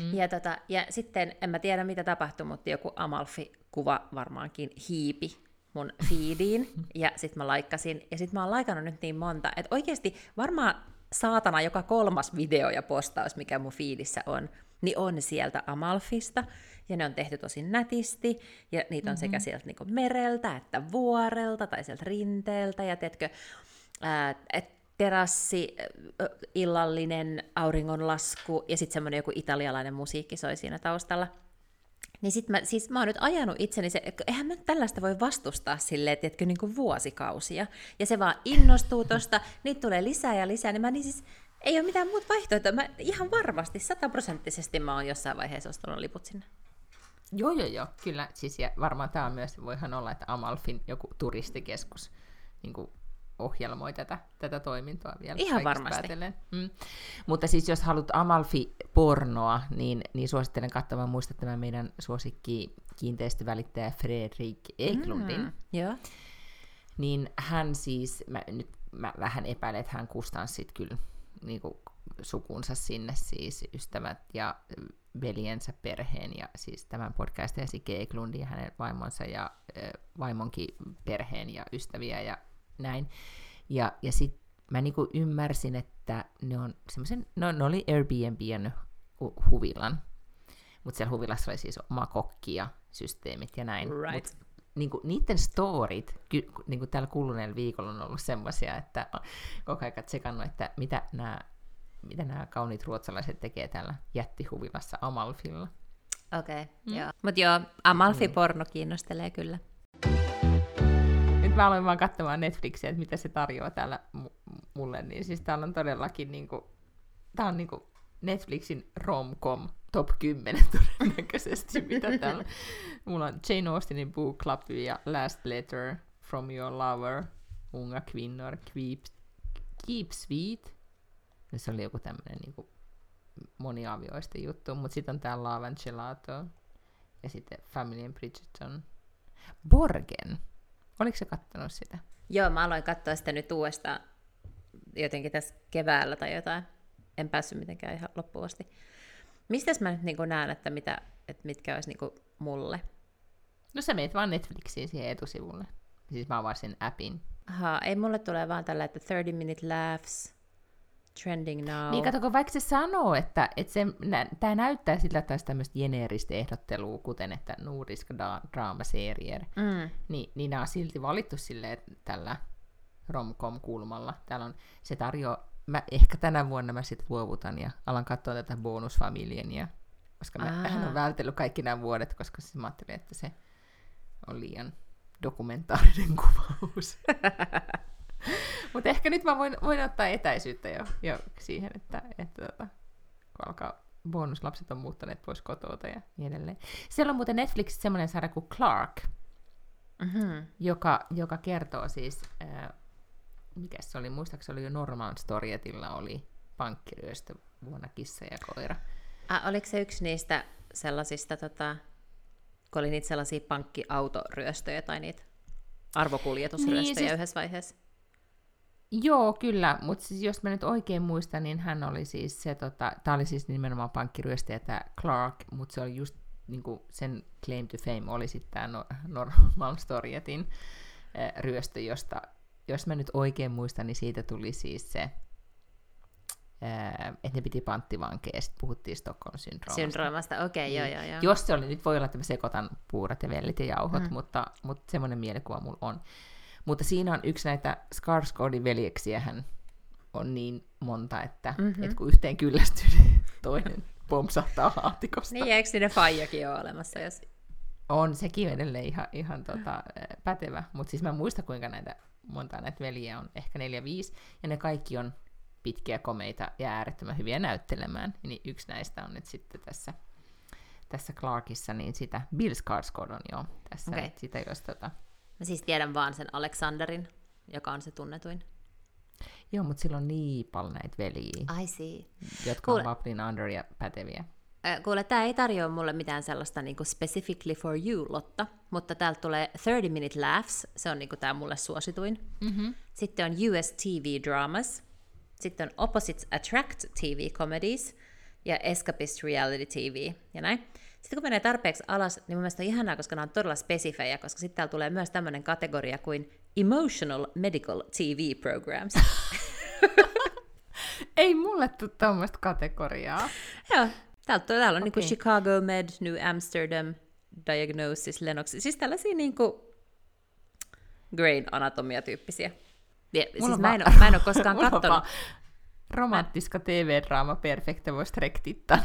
Ja sitten, en mä tiedä mitä tapahtui, mutta joku Amalfi-kuva varmaankin hiipi mun feediin, ja sitten mä laikkasin, ja sitten mä oon laikannut nyt niin monta, että oikeasti varmaan saatana joka 3. video ja postaus, mikä mun feedissä on, niin on sieltä Amalfista. ja ne on tehty tosi nätisti, ja niitä on sekä sieltä niinku mereltä, että vuorelta, tai sieltä rinteeltä, ja teetkö, terassi, illallinen auringonlasku, ja sitten semmoinen joku italialainen musiikki soi siinä taustalla. Niin sit mä oon nyt ajanut itseni, eihän mä tällaista voi vastustaa silleen, tiedätkö, niin kuin vuosikausia. Ja se vaan innostuu tosta, niitä tulee lisää ja lisää, niin niin siis ei ole mitään muuta vaihtoehtoa. Mä ihan varmasti, 100% mä oon jossain vaiheessa ostanut liput sinne.
Joo, kyllä. Siis, ja varmaan tämä on myös, voihan olla, että Amalfin joku turistikeskus niin kuin ohjelmoi tätä toimintoa vielä.
Ihan varmasti.
Mutta siis jos haluat Amalfi-pornoa, niin suosittelen katsomaan, muista tämän meidän suosikki kiinteistövälittäjä Fredrik Eklundin.
Joo.
Niin hän siis, mä vähän epäilen, että hän kustanssit kyllä niin kuin sukunsa sinne, siis ystävät ja veljensä perheen, ja siis tämän podcastin Sike Eklundin ja hänen vaimonsa ja vaimonkin perheen ja ystäviä ja näin. Ja sitten mä niinku ymmärsin, että ne on semmoisen, ne oli Airbnbn huvilan, mutta siellä huvilassa oli siis oma kokki ja systeemit ja näin.
Right.
Mut, niinku, niiden storit niinku tällä kuluneella viikolla on ollut semmoisia, että koko ajan tsekannut, että mitä nämä kauniit ruotsalaiset tekee täällä jättihuvilassa Amalfilla.
Okei, joo. Mutta joo, Amalfi-porno kiinnostelee kyllä.
Nyt mä aloin vaan katsomaan Netflixiä, että mitä se tarjoaa täällä mulle, niin siis täällä on todellakin tää on Netflixin rom-com top 10 todennäköisesti, mitä täällä. Mulla on Jane Austenin Book Club ja Last Letter from Your Lover, Unga kvinnor, Keep Sweet. Se oli joku tämmönen moniavioisten juttu, mutta sitten on tää Love and Gelato ja sitten Family and Bridgerton. Borgen. Oliko se kattonut sitä?
Joo, mä aloin katsoa sitä nyt uudestaan jotenkin tässä keväällä tai jotain. En päässyt mitenkään ihan loppuun asti. Mistäs mä nyt näen, että mitkä olisi mulle?
No sä meet vaan Netflixiin siihen etusivulle. Siis mä avaan sen appin.
Ei mulle tulee vaan tällä, että 30 minute laughs, trending now.
Niin katsoko, vaikka se sanoo, että tämä näyttää sillä, että olisi tämmöistä geneeristä ehdottelua, kuten että nordiska draamaserier, niin nämä on silti valittu silleen tällä rom-com-kulmalla. Täällä on, se tarjoaa, ehkä tänä vuonna mä sitten luovutan ja alan katsoa tätä bonusfamilienia, koska mä on vältellyt kaikki nämä vuodet, koska siis mä ajattelin, että se on liian dokumentaarinen kuvaus. Mutta ehkä nyt mä voin ottaa etäisyyttä jo siihen, että kun alkaa bonuslapset on muuttaneet pois kotota ja niin edelleen. Siellä on muuten Netflixissä semmoinen sarja kuin Clark, joka kertoo siis, mikä se oli, muistaakseni oli jo Norman Storietilla oli pankkiryöstö vuonna Kissa ja koira.
Oliko se yksi niistä sellaisista, kun oli niitä sellaisia pankkiautoryöstöjä tai niitä arvokuljetusryöstöjä niin, siis yhdessä vaiheessa?
Joo, kyllä, mutta siis jos mä nyt oikein muistan, niin hän oli siis se, tää oli siis nimenomaan pankkiryöstäjä, tämä Clark, mutta se oli just niinku sen claim to fame oli sitten tämä Norman Storietin ryöstö, josta, jos mä nyt oikein muistan, niin siitä tuli siis se, että ne piti panttivankeja, ja sitten puhuttiin Stockholm-syndroomasta.
Okei, joo.
Jos se oli, nyt voi olla, että mä sekoitan puurat ja vellit ja jauhot, mutta semmoinen mielikuva mulla on. Mutta siinä on yksi näitä Skarsgårdin veljeksiä, hän on niin monta, että kun yhteen kyllästyy, niin toinen pompsahtaa laatikosta.
Niin, eikö siinä faijakin ole olemassa? Jos...
On, sekin on edelleen ihan pätevä, mutta siis mä en muista, kuinka monta näitä veljiä on, ehkä 4-5, ja ne kaikki on pitkiä, komeita ja äärettömän hyviä näyttelemään. Niin yksi näistä on nyt sitten tässä Clarkissa, niin sitä Bill Skarsgård on jo tässä, sitä jos
Mä siis tiedän vaan sen Alexanderin, joka on se tunnetuin.
Joo, mutta sillä on niin paljon näitä veljiä.
I see.
Jotka on Vaplin under ja päteviä.
Kuule, tää ei tarjoa mulle mitään sellaista niinku specifically for you, Lotta, mutta täältä tulee 30 minute laughs, se on niinku tää mulle suosituin. Sitten on US TV dramas, sitten on Opposites Attract TV comedies ja Escapist reality TV ja näin. Sitten kun menee tarpeeksi alas, niin mun mielestä on ihanaa, koska nämä on todella spesifejä, koska sitten täällä tulee myös tämmöinen kategoria kuin Emotional Medical TV Programs.
Ei mulle tule tämmöistä kategoriaa.
Joo, Täällä on niinku Chicago Med, New Amsterdam, Diagnosis, Lennox. Siis tällaisia niinku Grain Anatomia-tyyppisiä. Siis mä en ole koskaan kattonut.
Romanttiska TV-draama perfekta voisi rektittan.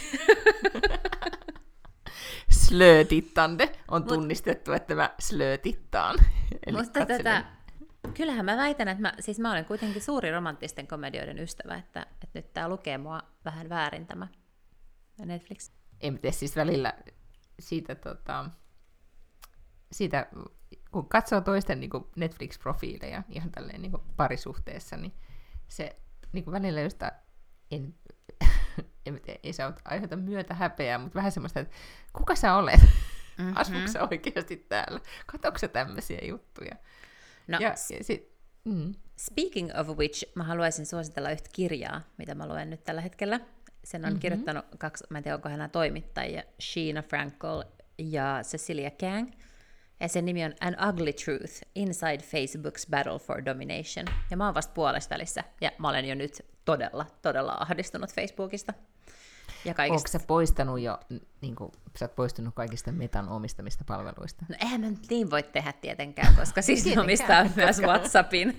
Slötittande on tunnistettu, että mä slötittaan.
Mutta kyllähän mä väitän, että mä olen kuitenkin suuri romanttisten komedioiden ystävä, että nyt tää lukee mua vähän väärin tämä Netflix.
En tee siis välillä siitä kun katsoo toisten niin kuin Netflix-profiileja ihan tälleen niin kuin parisuhteessa, niin se niin kuin välillä josta ei saa aiheuta myötä häpeää, mutta vähän semmoista, että kuka sä olet? Asuuko sä oikeasti täällä? Katsoitko sä tämmöisiä juttuja?
No, speaking of which, mä haluaisin suositella yhtä kirjaa, mitä mä luen nyt tällä hetkellä. Sen on kirjoittanut mä en tiedä, onko hän toimittajia, Sheena Frankel ja Cecilia Kang. Ja sen nimi on An Ugly Truth, Inside Facebook's Battle for Domination. Ja mä oon vasta puolestavälissä, ja mä olen jo nyt todella ahdistunut Facebookista. Ja kaikista.
Ootko sä poistanut jo, niin kuin, sä oot poistunut kaikista Metan omistamista palveluista?
No eihän mä nyt niin voi tehdä tietenkään, koska siis ne omistaa myös WhatsAppin.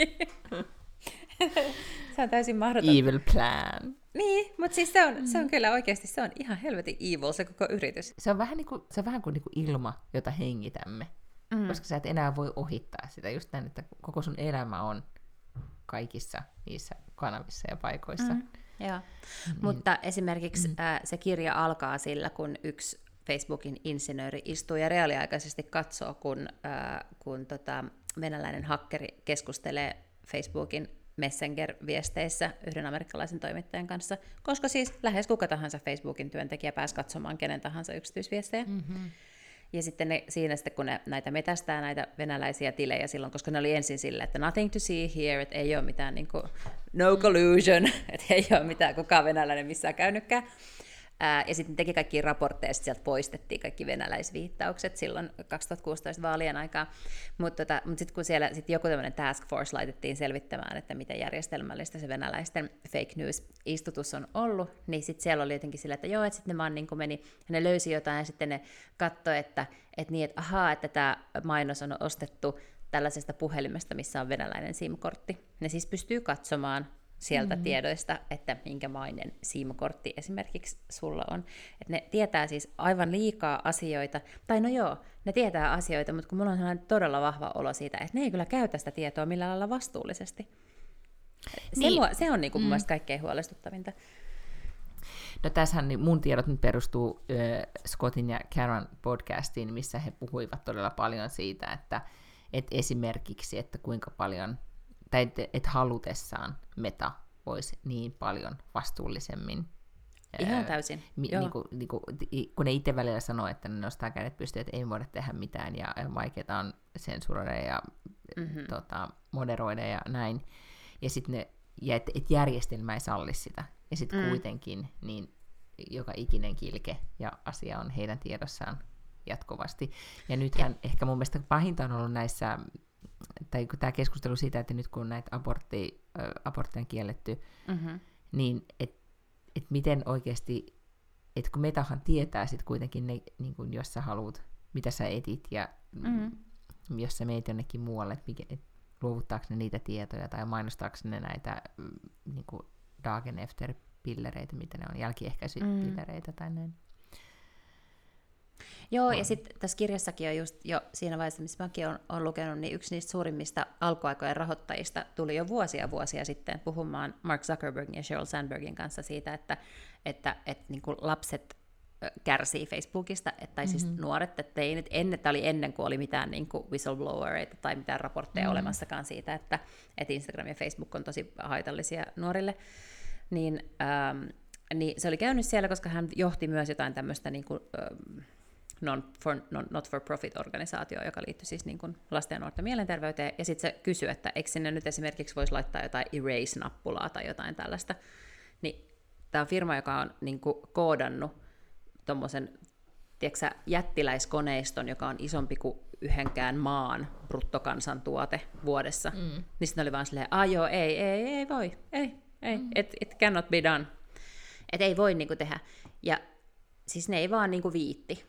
Se on täysin mahdotonta.
Evil plan.
Niin, mutta siis se on kyllä oikeasti, se on ihan helvetin evil se koko yritys.
Se on vähän kuin niinku ilma, jota hengitämme, koska sä et enää voi ohittaa sitä just näin, että koko sun elämä on kaikissa niissä kanavissa ja paikoissa.
Joo. Mutta esimerkiksi se kirja alkaa sillä, kun yksi Facebookin insinööri istuu ja reaaliaikaisesti katsoo, kun venäläinen hakkeri keskustelee Facebookin Messenger-viesteissä yhden amerikkalaisen toimittajan kanssa, koska siis lähes kuka tahansa Facebookin työntekijä pääsi katsomaan kenen tahansa yksityisviestejä. Ja sitten siinä kun näitä metästää näitä venäläisiä tilejä silloin, koska ne oli ensin sille, että nothing to see here, että ei ole mitään no collusion, että ei ole mitään kukaan venäläinen missään käynytkään. Ja sitten teki kaikki raportteja, sieltä poistettiin kaikki venäläisviittaukset silloin 2016 vaalien aikaa. Mutta sitten kun siellä joku tämmöinen task force laitettiin selvittämään, että miten järjestelmällistä se venäläisten fake news-istutus on ollut, niin sitten siellä oli jotenkin sillä, että joo, että sitten ne vaan niin meni, ja ne löysi jotain, ja sitten ne katsoi, että tämä mainos on ostettu tällaisesta puhelimesta, missä on venäläinen SIM-kortti. Ne siis pystyy katsomaan sieltä tiedoista, että minkälainen SIM-kortti esimerkiksi sulla on. Et ne tietää siis aivan liikaa asioita, tai no joo, ne tietää asioita, mutta kun mulla on sellainen todella vahva olo siitä, että ne ei kyllä käytä sitä tietoa millään lailla vastuullisesti. Se on mun mielestä kaikkein huolestuttavinta.
No tässähän niin mun tiedot nyt perustuu Scottin ja Karan podcastiin, missä he puhuivat todella paljon siitä, että esimerkiksi, että kuinka paljon tai että halutessaan Meta voisi niin paljon vastuullisemmin.
Ihan täysin.
Kun ne itse välillä sanoo, että ne nostaa kädet pystyyn, että ei voida tehdä mitään ja vaikeaa on sensuroida ja moderoida ja näin. Ja sitten että järjestelmä ei salli sitä. Ja sitten kuitenkin niin joka ikinen kilke ja asia on heidän tiedossaan jatkuvasti. Ja nythän ehkä mun mielestä pahinta on ollut näissä, tai kun tämä keskustelu siitä, että nyt kun näitä abortteja on kielletty, niin että miten oikeasti, että kun Metahan tietää sitten kuitenkin ne, niin kun jos sä haluat, mitä sä etit, ja jos sä meet jonnekin muualle, että luovuttaako ne niitä tietoja, tai mainostaako ne näitä niin kuin Dagen Efter-pillereitä, mitä ne on, jälkiehkäisypillereitä tai näin.
Joo, ja sitten tässä kirjassakin on just jo siinä vaiheessa, missä mäkin olen lukenut, niin yksi niistä suurimmista alkuaikojen rahoittajista tuli jo vuosia sitten puhumaan Mark Zuckerbergin ja Sheryl Sandbergin kanssa siitä, että niin kuin lapset kärsii Facebookista, tai siis nuoret, että tämä oli ennen kuin oli mitään niin kuin whistleblowereita tai mitään raportteja olemassakaan siitä, että Instagram ja Facebook on tosi haitallisia nuorille, niin se oli käynyt siellä, koska hän johti myös jotain tämmöistä niin kuin, not-for-profit-organisaatio, joka liittyi siis niin kuin lasten ja nuorten mielenterveyteen, ja sitten se kysyi, että eikö sinne nyt esimerkiksi voisi laittaa jotain erase-nappulaa tai jotain tällaista. Niin tämä on firma, joka on niin kuin koodannut tuommoisen jättiläiskoneiston, joka on isompi kuin yhdenkään maan bruttokansantuote vuodessa. Niin sitten oli vaan silleen, joo, ei voi, it cannot be done. Että ei voi niinku tehdä. Ja siis ne ei vaan niinku viitti.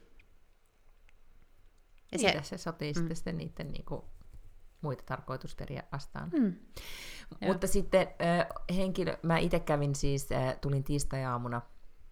Ja se sotii sitten niiden niinku muita tarkoitusperiä vastaan. Mutta sitten mä itse kävin siis, tulin tiistai-aamuna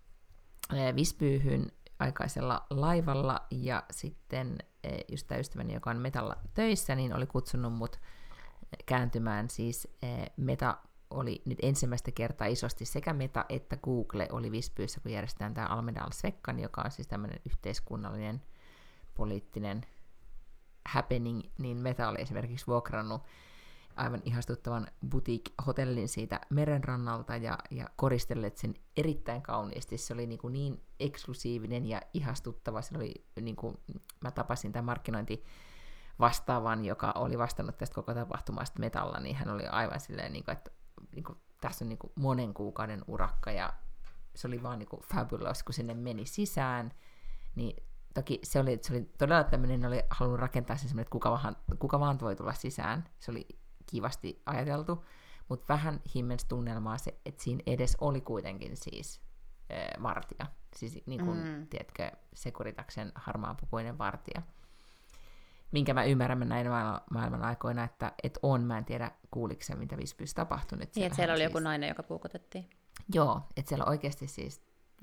Visbyhyn aikaisella laivalla, ja sitten just tämä ystäväni, joka on Metalla töissä, niin oli kutsunut mut kääntymään. Siis Meta oli nyt ensimmäistä kertaa isosti, sekä Meta että Google oli Visbyssä, kun järjestetään tämä Almedalsveckan, joka on siis tämmöinen yhteiskunnallinen poliittinen happening, niin Meta oli esimerkiksi vuokrannut aivan ihastuttavan boutique-hotellin siitä merenrannalta ja koristelleet sen erittäin kauniisti. Se oli niin eksklusiivinen ja ihastuttava. Se oli, mä tapasin tämän markkinointivastaavan, joka oli vastannut tästä koko tapahtumasta Metalla, niin hän oli aivan silleen, että tässä on monen kuukauden urakka, ja se oli vaan fabulous, kun sinne meni sisään, niin toki se oli todella tämmöinen, oli halunnut rakentaa sen semmoinen, että kuka vaan voi tulla sisään. Se oli kivasti ajateltu, mutta vähän himmensi tunnelmaa se, että siinä edes oli kuitenkin siis vartija. Siis tiedätkö, Securitaksen harmaanpukuinen vartija. Minkä mä ymmärrän näin maailman aikoina, että mä en tiedä, kuuliko se, mitä Visbyssä tapahtui.
Niin, että siellä oli joku nainen, joka puukotettiin.
Joo, että siellä oikeasti siis,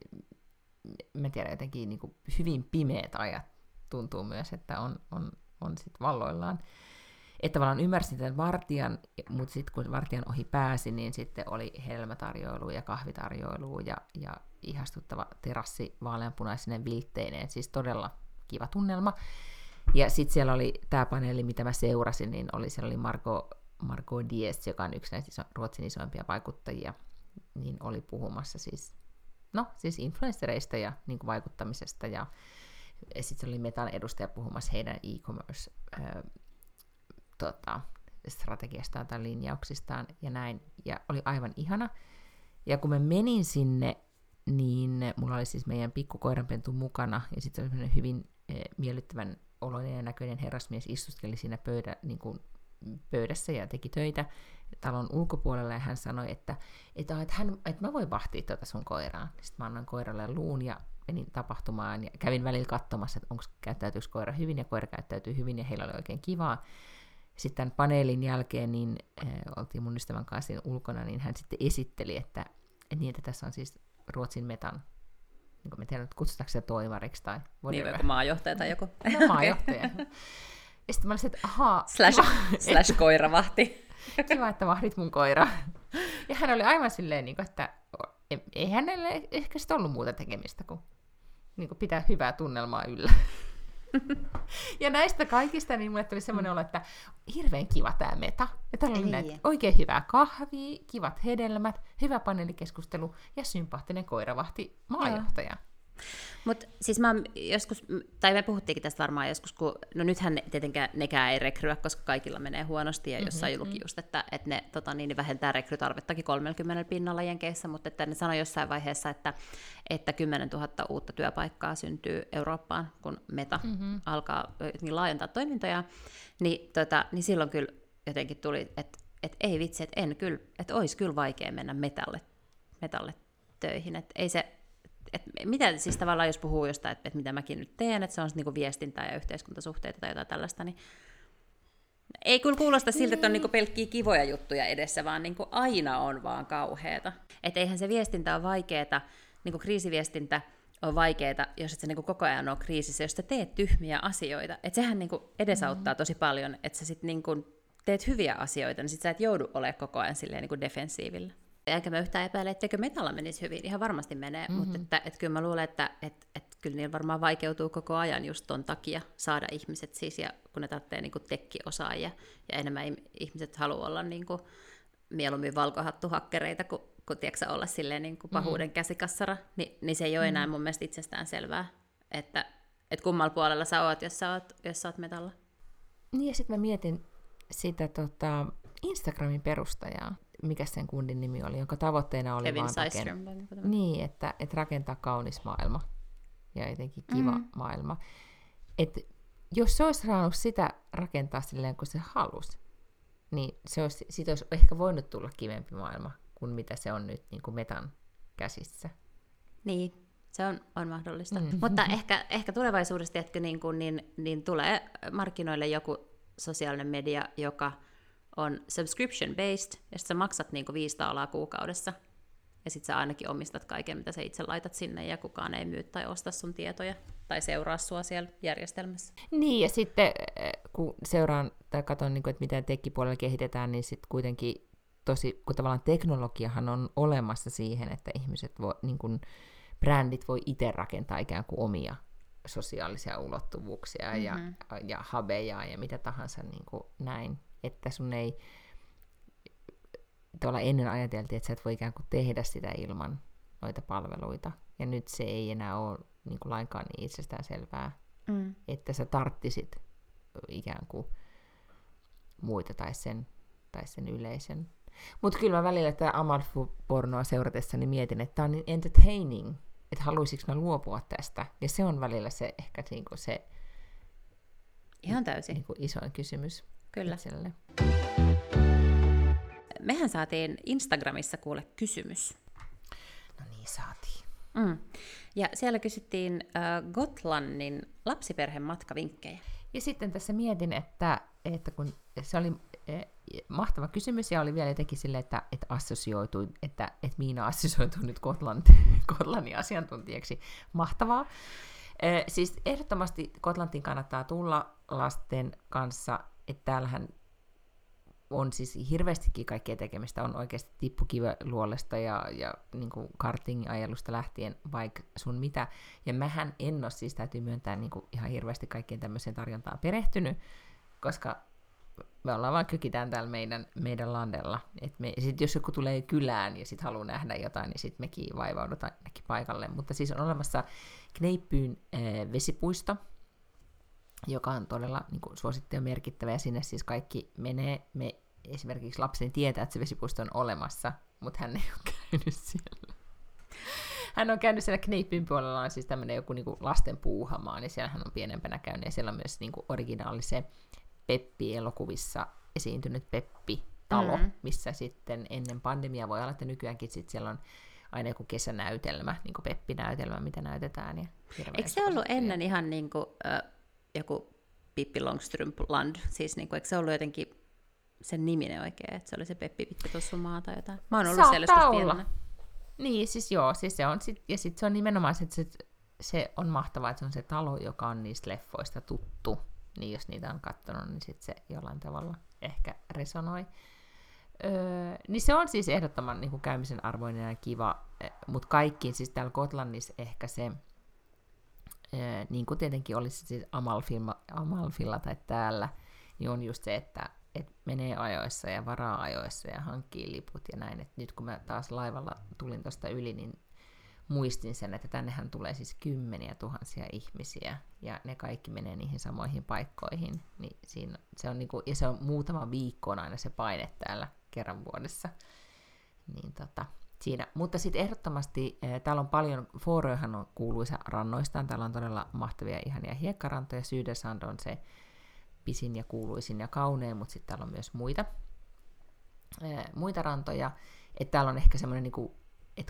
mä tiedän, jotenkin hyvin pimeät ajat tuntuu myös, että on sit valloillaan. Että tavallaan ymmärsin tämän vartijan, mutta sitten kun vartijan ohi pääsi, niin sitten oli hedelmätarjoilu ja kahvitarjoilu ja ihastuttava terassi vaaleanpunaisinen viltteineen, siis todella kiva tunnelma. Ja sitten siellä oli tämä paneeli, mitä mä seurasin, niin siellä oli Margot Diez, joka on yksi näistä Ruotsin isoimpia vaikuttajia, niin oli puhumassa siis influenssereista ja vaikuttamisesta, ja sitten oli Metan edustaja puhumassa heidän e-commerce strategiastaan tai linjauksistaan ja näin, ja oli aivan ihana. Ja kun mä menin sinne, niin mulla oli siis meidän pikkukoiranpentu mukana, ja sitten oli sellainen hyvin miellyttävän oloinen ja näköinen herrasmies istusteli siinä pöydässä ja teki töitä talon ulkopuolella, ja hän sanoi, että mä voin vahtia tuota sun koiraa. Sitten mä annoin koiralle luun ja menin tapahtumaan ja kävin välillä katsomassa, että käyttäytyykö koira hyvin, ja koira käyttäytyy hyvin, ja heillä oli oikein kivaa. Sitten tämän paneelin jälkeen niin oltiin mun ystävän kanssa ulkona, niin hän sitten esitteli, että tässä on siis Ruotsin Metan, niin mä tiedän, kutsutaanko se toimariksi tai whatever.
Niin, joku maajohtaja tai joku.
No, maajohtaja. Ja sitten mä olisin, että ahaa.
Slash koiravahti.
Kiva, että vahdit mun koiraa. Ja hän oli aivan silleen, että ei hänelle ehkä sitten ollut muuta tekemistä kuin pitää hyvää tunnelmaa yllä. Ja näistä kaikista niin mulle tuli semmoinen olo, että hirveän kiva tää Meta. Ja täällä oli oikein hyvää kahvia, kivat hedelmät, hyvä paneelikeskustelu ja sympaattinen koiravahti maajohtaja.
Mutta siis mä joskus, tai me puhuttiinkin tästä varmaan joskus, kun, no nythän tietenkään nekään ei rekryä, koska kaikilla menee huonosti, ja jossain luki just, että ne niin vähentää rekrytarvettakin 30% Jenkeissä, mutta että ne sanoi jossain vaiheessa, että 10 000 uutta työpaikkaa syntyy Eurooppaan, kun Meta alkaa laajentaa toimintoja, niin silloin kyllä jotenkin tuli, että ei vitsi, että olisi kyllä vaikea mennä Metalle töihin, että ei se. Mitä siis tavallaan, jos puhuu jostain, että mitä mäkin nyt teen, että se on niinku viestintää ja yhteiskuntasuhteita tai jotain tällaista, niin ei kyllä kuulosta siltä, että on niinku pelkkiä kivoja juttuja edessä, vaan niinku aina on vaan kauheata. Että eihän se viestintä ole vaikeeta, niinku kriisiviestintä on vaikeeta, jos et sä niinku koko ajan ole kriisissä, jos sä teet tyhmiä asioita. Että sehän niinku edesauttaa tosi paljon, että sä sit niinku teet hyviä asioita, niin sit sä et joudu olemaan koko ajan silleen niinku defensiivillä. Enkä mä yhtään epäile, etteikö Metalla menisi hyvin. Ihan varmasti menee, mutta että kyllä mä luulen, että kyllä niillä varmaan vaikeutuu koko ajan just ton takia saada ihmiset siis, ja kun ne tarvitsee niinku tekki-osaajia, ja enemmän ihmiset haluaa olla niinku mieluummin valkohattuhakkereita, kun tiedätkö, olla silleen niinku pahuuden käsikassara, niin se ei ole enää mun mielestä itsestään selvää, että kummalla puolella sä oot, jos sä oot Metalla.
Niin, ja sitten mä mietin sitä Instagramin perustajaa, mikä sen kundin nimi oli, jonka tavoitteena oli
vaan
että rakentaa kaunis maailma ja jotenkin kiva maailma. Et jos se olisi saanut sitä rakentaa silleen, kun se halusi, niin siitä olisi ehkä voinut tulla kivempi maailma kuin mitä se on nyt niin kuin Metan käsissä.
Niin, Se on mahdollista. Mutta ehkä tulevaisuudessa, tiedätkö, niin tulee markkinoille joku sosiaalinen media, joka on subscription-based, ja sitten sä maksat niin kuin $5 kuukaudessa, ja sitten sä ainakin omistat kaiken, mitä sä itse laitat sinne, ja kukaan ei myy tai osta sun tietoja, tai seuraa sua siellä järjestelmässä.
Niin, ja sitten kun seuraan tai katson, että mitä tekkipuolella kehitetään, niin sitten kuitenkin kun tavallaan teknologiahan on olemassa siihen, että ihmiset niin kuin brändit voi itse rakentaa ikään kuin omia sosiaalisia ulottuvuuksia ja hubeja ja mitä tahansa niin kuin näin, että sun ei tuolla ennen ajateltiin, että sä et voi ikään kuin tehdä sitä ilman noita palveluita, ja nyt se ei enää ole niin kuin lainkaan niin itsestäänselvää, että sä tarttisit ikään kuin muita tai sen yleisön. Mutta kyllä mä välillä tätä Amalfi-pornoa seuratessani mietin, että tää on niin entertaining, että haluaisinko mä luopua tästä. Ja se on välillä se ehkä niinku se
ihan täysin
niinku isoin kysymys.
Kyllä.
Itselle.
Mehän saatiin Instagramissa kuule kysymys.
No niin, saatiin.
Ja siellä kysyttiin Gotlannin lapsiperhematkavinkkejä.
Ja sitten tässä mietin, että kun se oli mahtava kysymys, ja oli vielä jotenkin silleen, että assosioitui, että Miina assosioitui nyt Gotlannin asiantuntijaksi. Mahtavaa. Siis ehdottomasti Gotlantiin kannattaa tulla lasten kanssa, että täällähän on siis hirveästikin kaikkea tekemistä, on oikeasti tippukiväluolesta ja niin kuin karting-ajelusta lähtien vaikka sun mitä. Ja mähän en ole siis, täytyy myöntää, niin kuin ihan hirveästi kaikkien tämmöiseen tarjontaan perehtynyt, koska me ollaan vaan kökitään täällä meidän landella. Sitten jos joku tulee kylään ja sit haluaa nähdä jotain, niin sitten mekin vaivaudutaan ainakin paikalle. Mutta siis on olemassa Kneippyyn vesipuisto, joka on todella niin kuin suosittu ja merkittävä, ja sinne siis kaikki menee. Esimerkiksi lapseni tietää, että se vesipuisto on olemassa, mutta hän ei ole käynyt siellä. Hän on käynyt siellä Kneippyn puolella, on siis tämmöinen joku niin kuin lasten puuhamaa, niin siellä hän on pienempänä käynyt, ja siellä on myös niin kuin originaali se Peppi-elokuvissa esiintynyt Peppi-talo, missä sitten ennen pandemiaa voi olla, että nykyäänkin sitten siellä on aina joku kesänäytelmä, niin kuin Peppi-näytelmä, mitä näytetään. Ja
eikö se ollut ennen ihan niin kuin, joku Pippi Longstrump-land? Siis niin kuin, eikö se ollut jotenkin sen niminen oikein, että se oli se Peppi Pitkätussumaa tai jotain? Mä oon ollut siellä joskus pienenä.
Niin, siis joo, siis se on, ja sitten se on nimenomaan, että se on mahtavaa, että se on se talo, joka on niistä leffoista tuttu. Niin jos niitä on katsonut, niin sitten se jollain tavalla ehkä resonoi. Niin se on siis ehdottoman niin kuin käymisen arvoinen ja kiva, mutta kaikkiin, siis täällä Gotlannissa ehkä se, niin kuin tietenkin olisi siis Amalfilla tai täällä, niin on just se, että menee ajoissa ja varaa ajoissa ja hankkii liput ja näin. Et nyt kun mä taas laivalla tulin tuosta yli, niin muistin sen, että tännehän tulee siis 10,000 ihmisiä, ja ne kaikki menee niihin samoihin paikkoihin, niin se on niinku, ja se on muutama viikkoon aina se paine täällä kerran vuodessa. Niin siinä. Mutta sitten ehdottomasti, täällä on paljon, Fåröhän on kuuluisa rannoistaan, täällä on todella mahtavia ihania hiekkarantoja, Sydesand on se pisin ja kuuluisin ja kaunein, mutta sitten täällä on myös muita rantoja, että täällä on ehkä semmoinen, niinku, että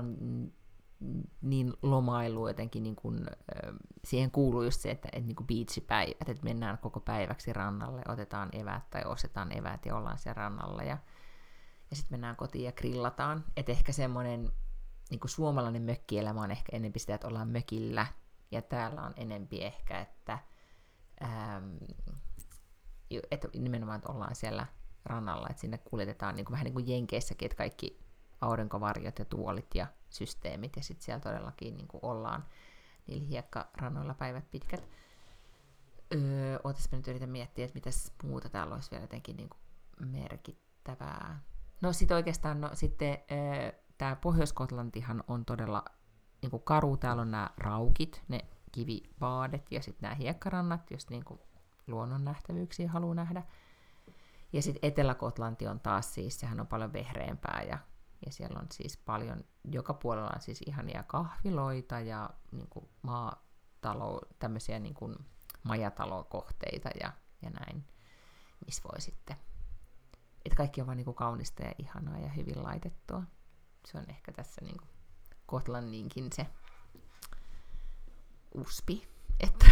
niin lomailu jotenkin, niin kuin, siihen kuuluu just se, että niin kuin beachipäivät, että mennään koko päiväksi rannalle, otetaan eväät tai ostetaan eväät ja ollaan siellä rannalla ja sitten mennään kotiin ja grillataan. Että ehkä semmoinen niin kuin suomalainen mökkielämä on ehkä enempi sitä, että ollaan mökillä, ja täällä on enempi ehkä, että nimenomaan että ollaan siellä rannalla, että sinne kuljetetaan niin kuin, vähän niin kuin Jenkeissäkin, että kaikki aurinkovarjot ja tuolit ja systeemit, ja sitten siellä todellakin niin kuin ollaan niillä hiekkarannoilla päivät pitkät. Ootas mä nyt yritän miettiä, että mitäs muuta täällä olisi vielä jotenkin niin kuin merkittävää. No sitten oikeastaan, tämä Pohjois-Skotlantihan on todella niin kuin karu, täällä on nämä raukit, ne kivivaadet ja sitten nämä hiekkarannat, jos niin kuin luonnon nähtävyyksiä haluaa nähdä. Ja sitten Etelä-Kotlanti on taas siis, sehän on paljon vehreämpää, ja siellä on siis paljon, joka puolella on siis ihania kahviloita ja niin kuin tämmöisiä niin kuin majatalokohteita ja näin, missä voi sitten, että kaikki on vaan niin kuin kaunista ja ihanaa ja hyvin laitettua. Se on ehkä tässä niin kuin Gotlanninkin se USPI, että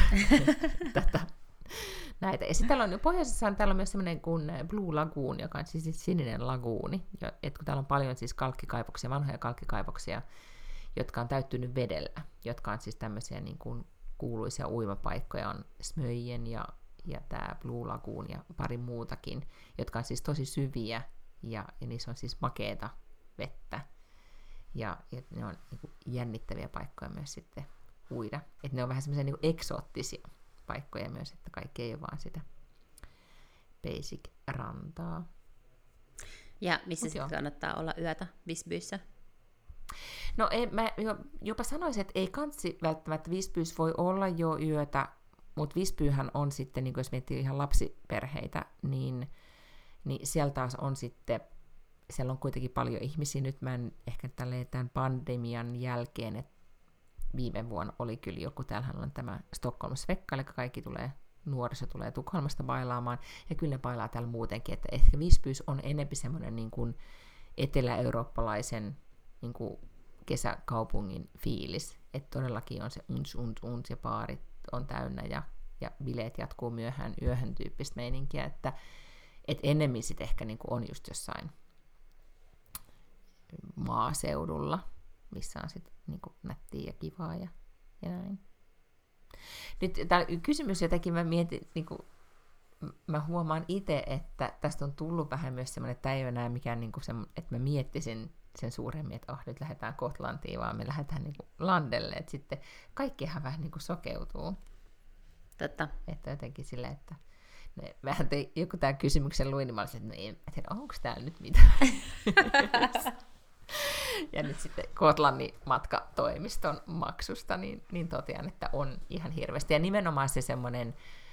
näitä. Ja sitten täällä on pohjoisessa täällä on myös semmoinen kuin Blue Lagoon, joka on siis sininen laguuni. Et kun täällä on paljon siis kalkkikaivoksia, vanhoja kalkkikaivoksia, jotka on täyttynyt vedellä, jotka on siis tämmöisiä niin kuin kuuluisia uimapaikkoja, on Smöjen ja tämä Blue Lagoon ja pari muutakin, jotka on siis tosi syviä ja niissä on siis makeata vettä. Ja ne on niin kuin jännittäviä paikkoja myös sitten uida. Että ne on vähän semmoisia niin kuin eksoottisia paikkoja myös, että kaikki ei ole vaan sitä basic-rantaa.
Ja missä sitten kannattaa olla yötä Visbyissä?
No mä jopa sanoisin, että ei kansi välttämättä Visbyssä voi olla jo yötä, mutta Visbyhän on sitten, niin jos miettii ihan lapsiperheitä, niin siellä taas on sitten, siellä on kuitenkin paljon ihmisiä. Nyt mä en ehkä tämän pandemian jälkeen, että viime vuonna oli kyllä joku, täällähän on tämä Stockholm Svekka, eli kaikki nuoriso tulee Tukholmasta bailaamaan, ja kyllä ne bailaa täällä muutenkin, että ehkä Visbys on enemmän semmoinen niin kuin etelä-eurooppalaisen niin kuin kesäkaupungin fiilis, että todellakin on se uns ja baarit on täynnä, ja bileet jatkuu myöhään yöhön tyyppistä meininkiä, että enemmän sitten ehkä niin kuin on just jossain maaseudulla, missä on sitten niinku nättiä ja kivaa ja näin. Nyt tämä kysymys jotenkin mä mietin, niinku, mä huomaan itse, että tästä on tullut vähän myös semmoinen, että tämä ei ole enää mikään, niinku että mä miettisin sen suuremmin, että nyt lähdetään Gotlantiin, vaan me lähdetään niinku landelle, että sitten kaikkihan vähän niinku sokeutuu.
Totta.
Että jotenkin silleen, että vähän joku tämän kysymyksen luin, niin mä olisin, että onko täällä nyt mitään? Ja nyt sitten Gotlannin matkatoimiston maksusta, niin totean, että on ihan hirveästi. Ja nimenomaan se semmoinen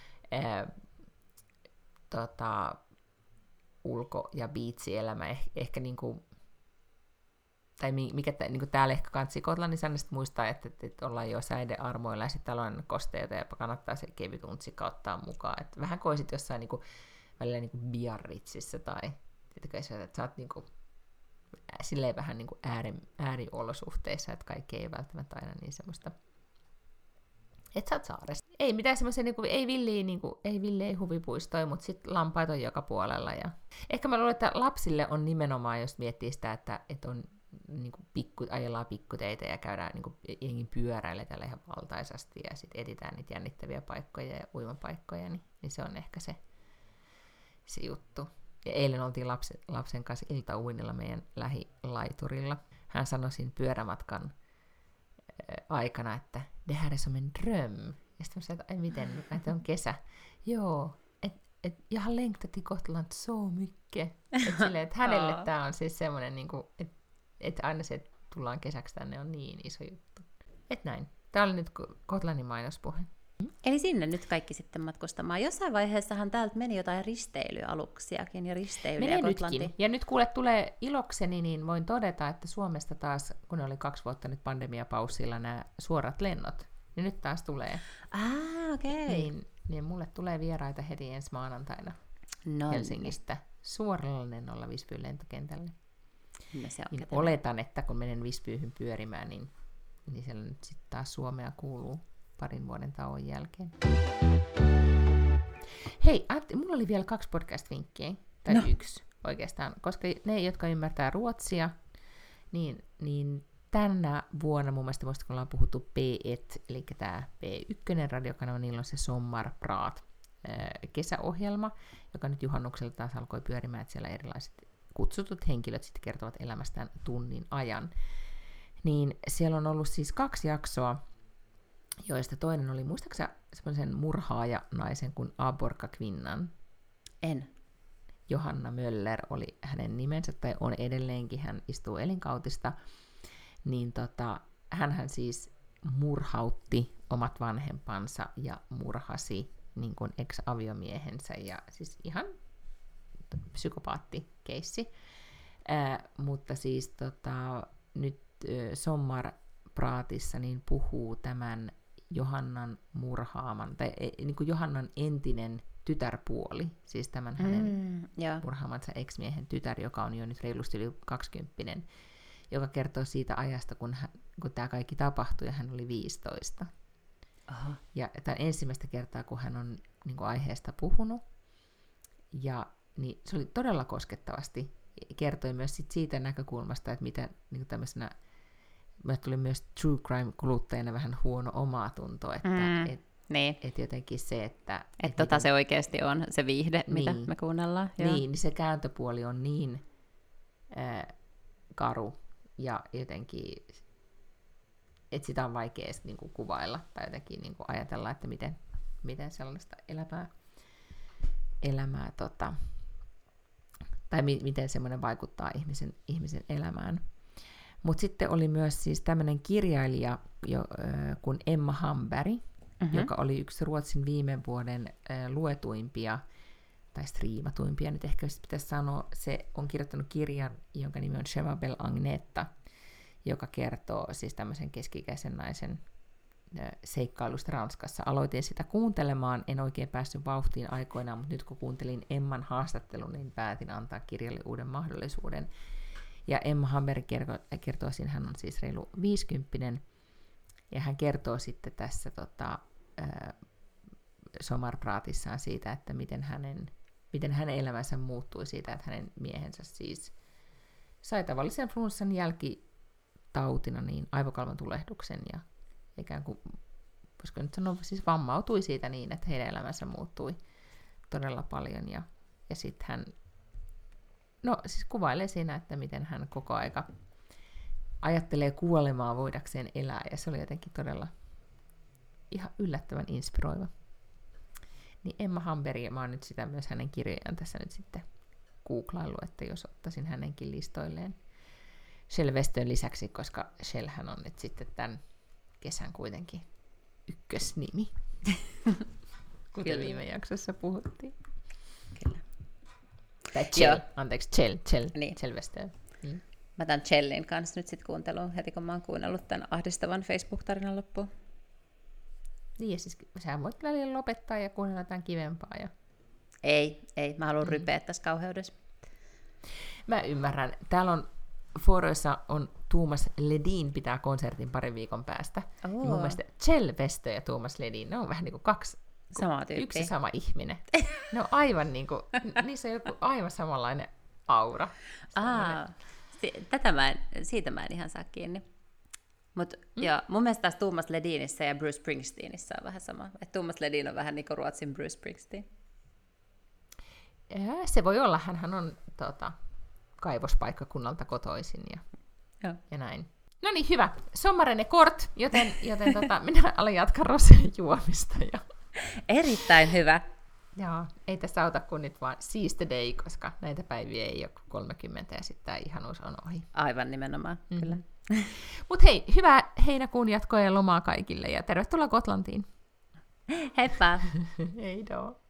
ulko- ja biitsielämä ehkä niin kuin, tai mikä niin kuin täällä ehkä kansi Gotlannin säännöstä muistaa, että ollaan jo säiden armoilla ja sitten täällä on kosteita ja kannattaa se kevyt untsikka ottaa mukaan. Että vähän koisit jossain niin kuin, välillä niin kuin Biarritzissa tai että sä oot niin kuin silleen vähän niin kuin ääriolosuhteissa, että kaikki ei välttämättä aina niin semmoista, että sä oot saaressa. Ei mitään semmoisia, niin kuin, ei villiä huvipuistoja, mutta sitten lampaita on joka puolella. Ja ehkä mä luulen, että lapsille on nimenomaan, jos miettii sitä, että on niin kuin ajellaan pikkuteitä ja käydään niin kuin jengin pyöräillä tällä ihan valtaisasti ja sitten etsitään niitä jännittäviä paikkoja ja uimapaikkoja, niin se on ehkä se juttu. Ja eilen oltiin lapsen kanssa iltauinilla meidän lähilaiturilla. Hän sanoi siinä pyörämatkan aikana, että det här är som en dröm. Ja sitten mä sanoin, että ai miten, että on kesä. Joo, että jag har längtat till Gotland så mycket. Että hänelle tämä on siis semmoinen, että aina se, että tullaan kesäksi tänne, on niin iso juttu. Että näin. Tämä oli nyt Gotlannin mainospuhe.
Eli sinne nyt kaikki sitten matkustamaan. Jossain vaiheessahan täältä meni jotain risteilyaluksiakin ja risteilyjä Gotlantiin.
Nytkin. Ja nyt kuule tulee ilokseni, niin voin todeta, että Suomesta taas, kun oli 2 vuotta nyt pandemiapaussilla nämä suorat lennot, niin nyt taas tulee.
Okei.
Niin mulle tulee vieraita heti ensi maanantaina Helsingistä suoralla lennolla Visbyn lentokentälle.
No se on
niin oletan, että kun menen Visbyyhyn pyörimään, niin siellä nyt sitten taas Suomea kuuluu parin vuoden tauon jälkeen. Hei, mulla oli vielä 2 podcast-vinkkiä, tai 1 oikeastaan, koska ne, jotka ymmärtää ruotsia, niin tänä vuonna mun mielestä kun ollaan puhuttu P1, eli tämä P1 radiokanava, niillä on se Sommarprat kesäohjelma, joka nyt juhannuksella taas alkoi pyörimään, että siellä erilaiset kutsutut henkilöt sitten kertovat elämästään tunnin ajan. Niin siellä on ollut siis 2 jaksoa, joista toinen oli, muistaaksä semmoisen murhaaja-naisen kuin Aborka Kvinnan?
En.
Johanna Möller oli hänen nimensä, tai on edelleenkin, hän istuu elinkautista. Niin hänhän siis murhautti omat vanhempansa ja murhasi niin kuin ex-aviomiehensä, ja siis ihan psykopaattikeissi. Mutta siis nyt Sommarpratissa niin puhuu tämän Johannan murhaaman, tai niin kuin Johannan entinen tytärpuoli, siis tämän hänen murhaamansa ex-miehen tytär, joka on jo nyt reilusti yli 20, joka kertoo siitä ajasta, kun tämä kaikki tapahtui ja hän oli 15.
Aha.
Ja tämä ensimmäistä kertaa, kun hän on niin kuin aiheesta puhunut. Ja niin se oli todella koskettavasti. Kertoi myös siitä näkökulmasta, että mitä niin kuin tämmöisenä, minulle tuli myös true crime-kuluttajana vähän huono omatunto, että
niin.
et jotenkin se, että...
Että se oikeasti on se viihde, mitä me kuunnellaan.
Niin se kääntöpuoli on niin karu ja jotenkin, että sitä on vaikea niin kuin kuvailla tai jotenkin niin kuin ajatella, että miten sellaista elämää tai miten semmoinen vaikuttaa ihmisen elämään. Mutta sitten oli myös siis tämmöinen kirjailija kuin Emma Hamberg, joka oli yksi Ruotsin viime vuoden luetuimpia tai striimatuimpia, nyt ehkä pitäisi sanoa. Se on kirjoittanut kirjan, jonka nimi on Chevabel Agneta, joka kertoo siis tämmöisen keski-ikäisen naisen seikkailusta Ranskassa. Aloitin sitä kuuntelemaan, en oikein päässyt vauhtiin aikoinaan, mutta nyt kun kuuntelin Emman haastattelun, niin päätin antaa kirjalle uuden mahdollisuuden. Ja Emma Hamberg kertoo, että hän on siis reilu 50, ja hän kertoo sitten tässä Sommarpratissaan siitä, että miten hänen elämänsä muuttui siitä, että hänen miehensä siis sai tavallisen flunssan jälkitautina niin aivokalvon tulehduksen ja ikään kuin, voisiko nyt sanoa, siis vammautui siitä niin, että heidän elämänsä muuttui todella paljon. Ja sitten hän siis kuvailee siinä, että miten hän koko aika ajattelee kuolemaa voidakseen elää, ja se oli jotenkin todella ihan yllättävän inspiroiva. Niin Emma Hamberg, mä oon nyt sitä myös hänen kirjojaan tässä nyt sitten googlaillut, että jos ottaisin hänenkin listoilleen Shell Westön lisäksi, koska Shellhän on nyt sitten tämän kesän kuitenkin ykkösnimi, kuten viime jaksossa puhuttiin.
Kyllä.
Tai Shell, anteeksi, Shell Westön.
Mä tämän Shellin kanssa nyt sitten kuunteluun heti, kun mä oon kuunnellut tämän ahdistavan Facebook-tarinan loppuun.
Niin, ja siis sä voit välillä lopettaa ja kuunnella jotain kivempaa. Ja...
Ei, mä haluan rypeä tässä kauheudessa.
Mä ymmärrän. Täällä on Foroissa on Thomas Ledin pitää konsertin parin viikon päästä. Ja mun mielestä Shell Westö ja Thomas Ledin, ne on vähän niin kuin kaksi, yksi sama ihminen. Ne on aivan niin kuin, niissä on joku aivan samanlainen aura.
Siitä mä en ihan saa kiinni. Ja mun mielestä taas Thomas Ledinissä ja Bruce Springsteenissä on vähän sama. Että Thomas Ledin on vähän niin kuin Ruotsin Bruce Springsteen.
Se voi olla, hänhän on kaivospaikkakunnalta kotoisin ja näin. No niin, hyvä. Sommaren är kort, joten minä alan jatkaa roseen juomista. Ja...
Erittäin hyvä.
Joo, ei tässä auta kuin nyt vaan seize the day, koska näitä päiviä ei ole 30 ja sitten tämä ihanuus on ohi.
Aivan nimenomaan, kyllä.
Mutta hei, hyvää heinäkuun jatkoa ja lomaa kaikille ja tervetuloa Gotlantiin.
Heippa!
Hei då!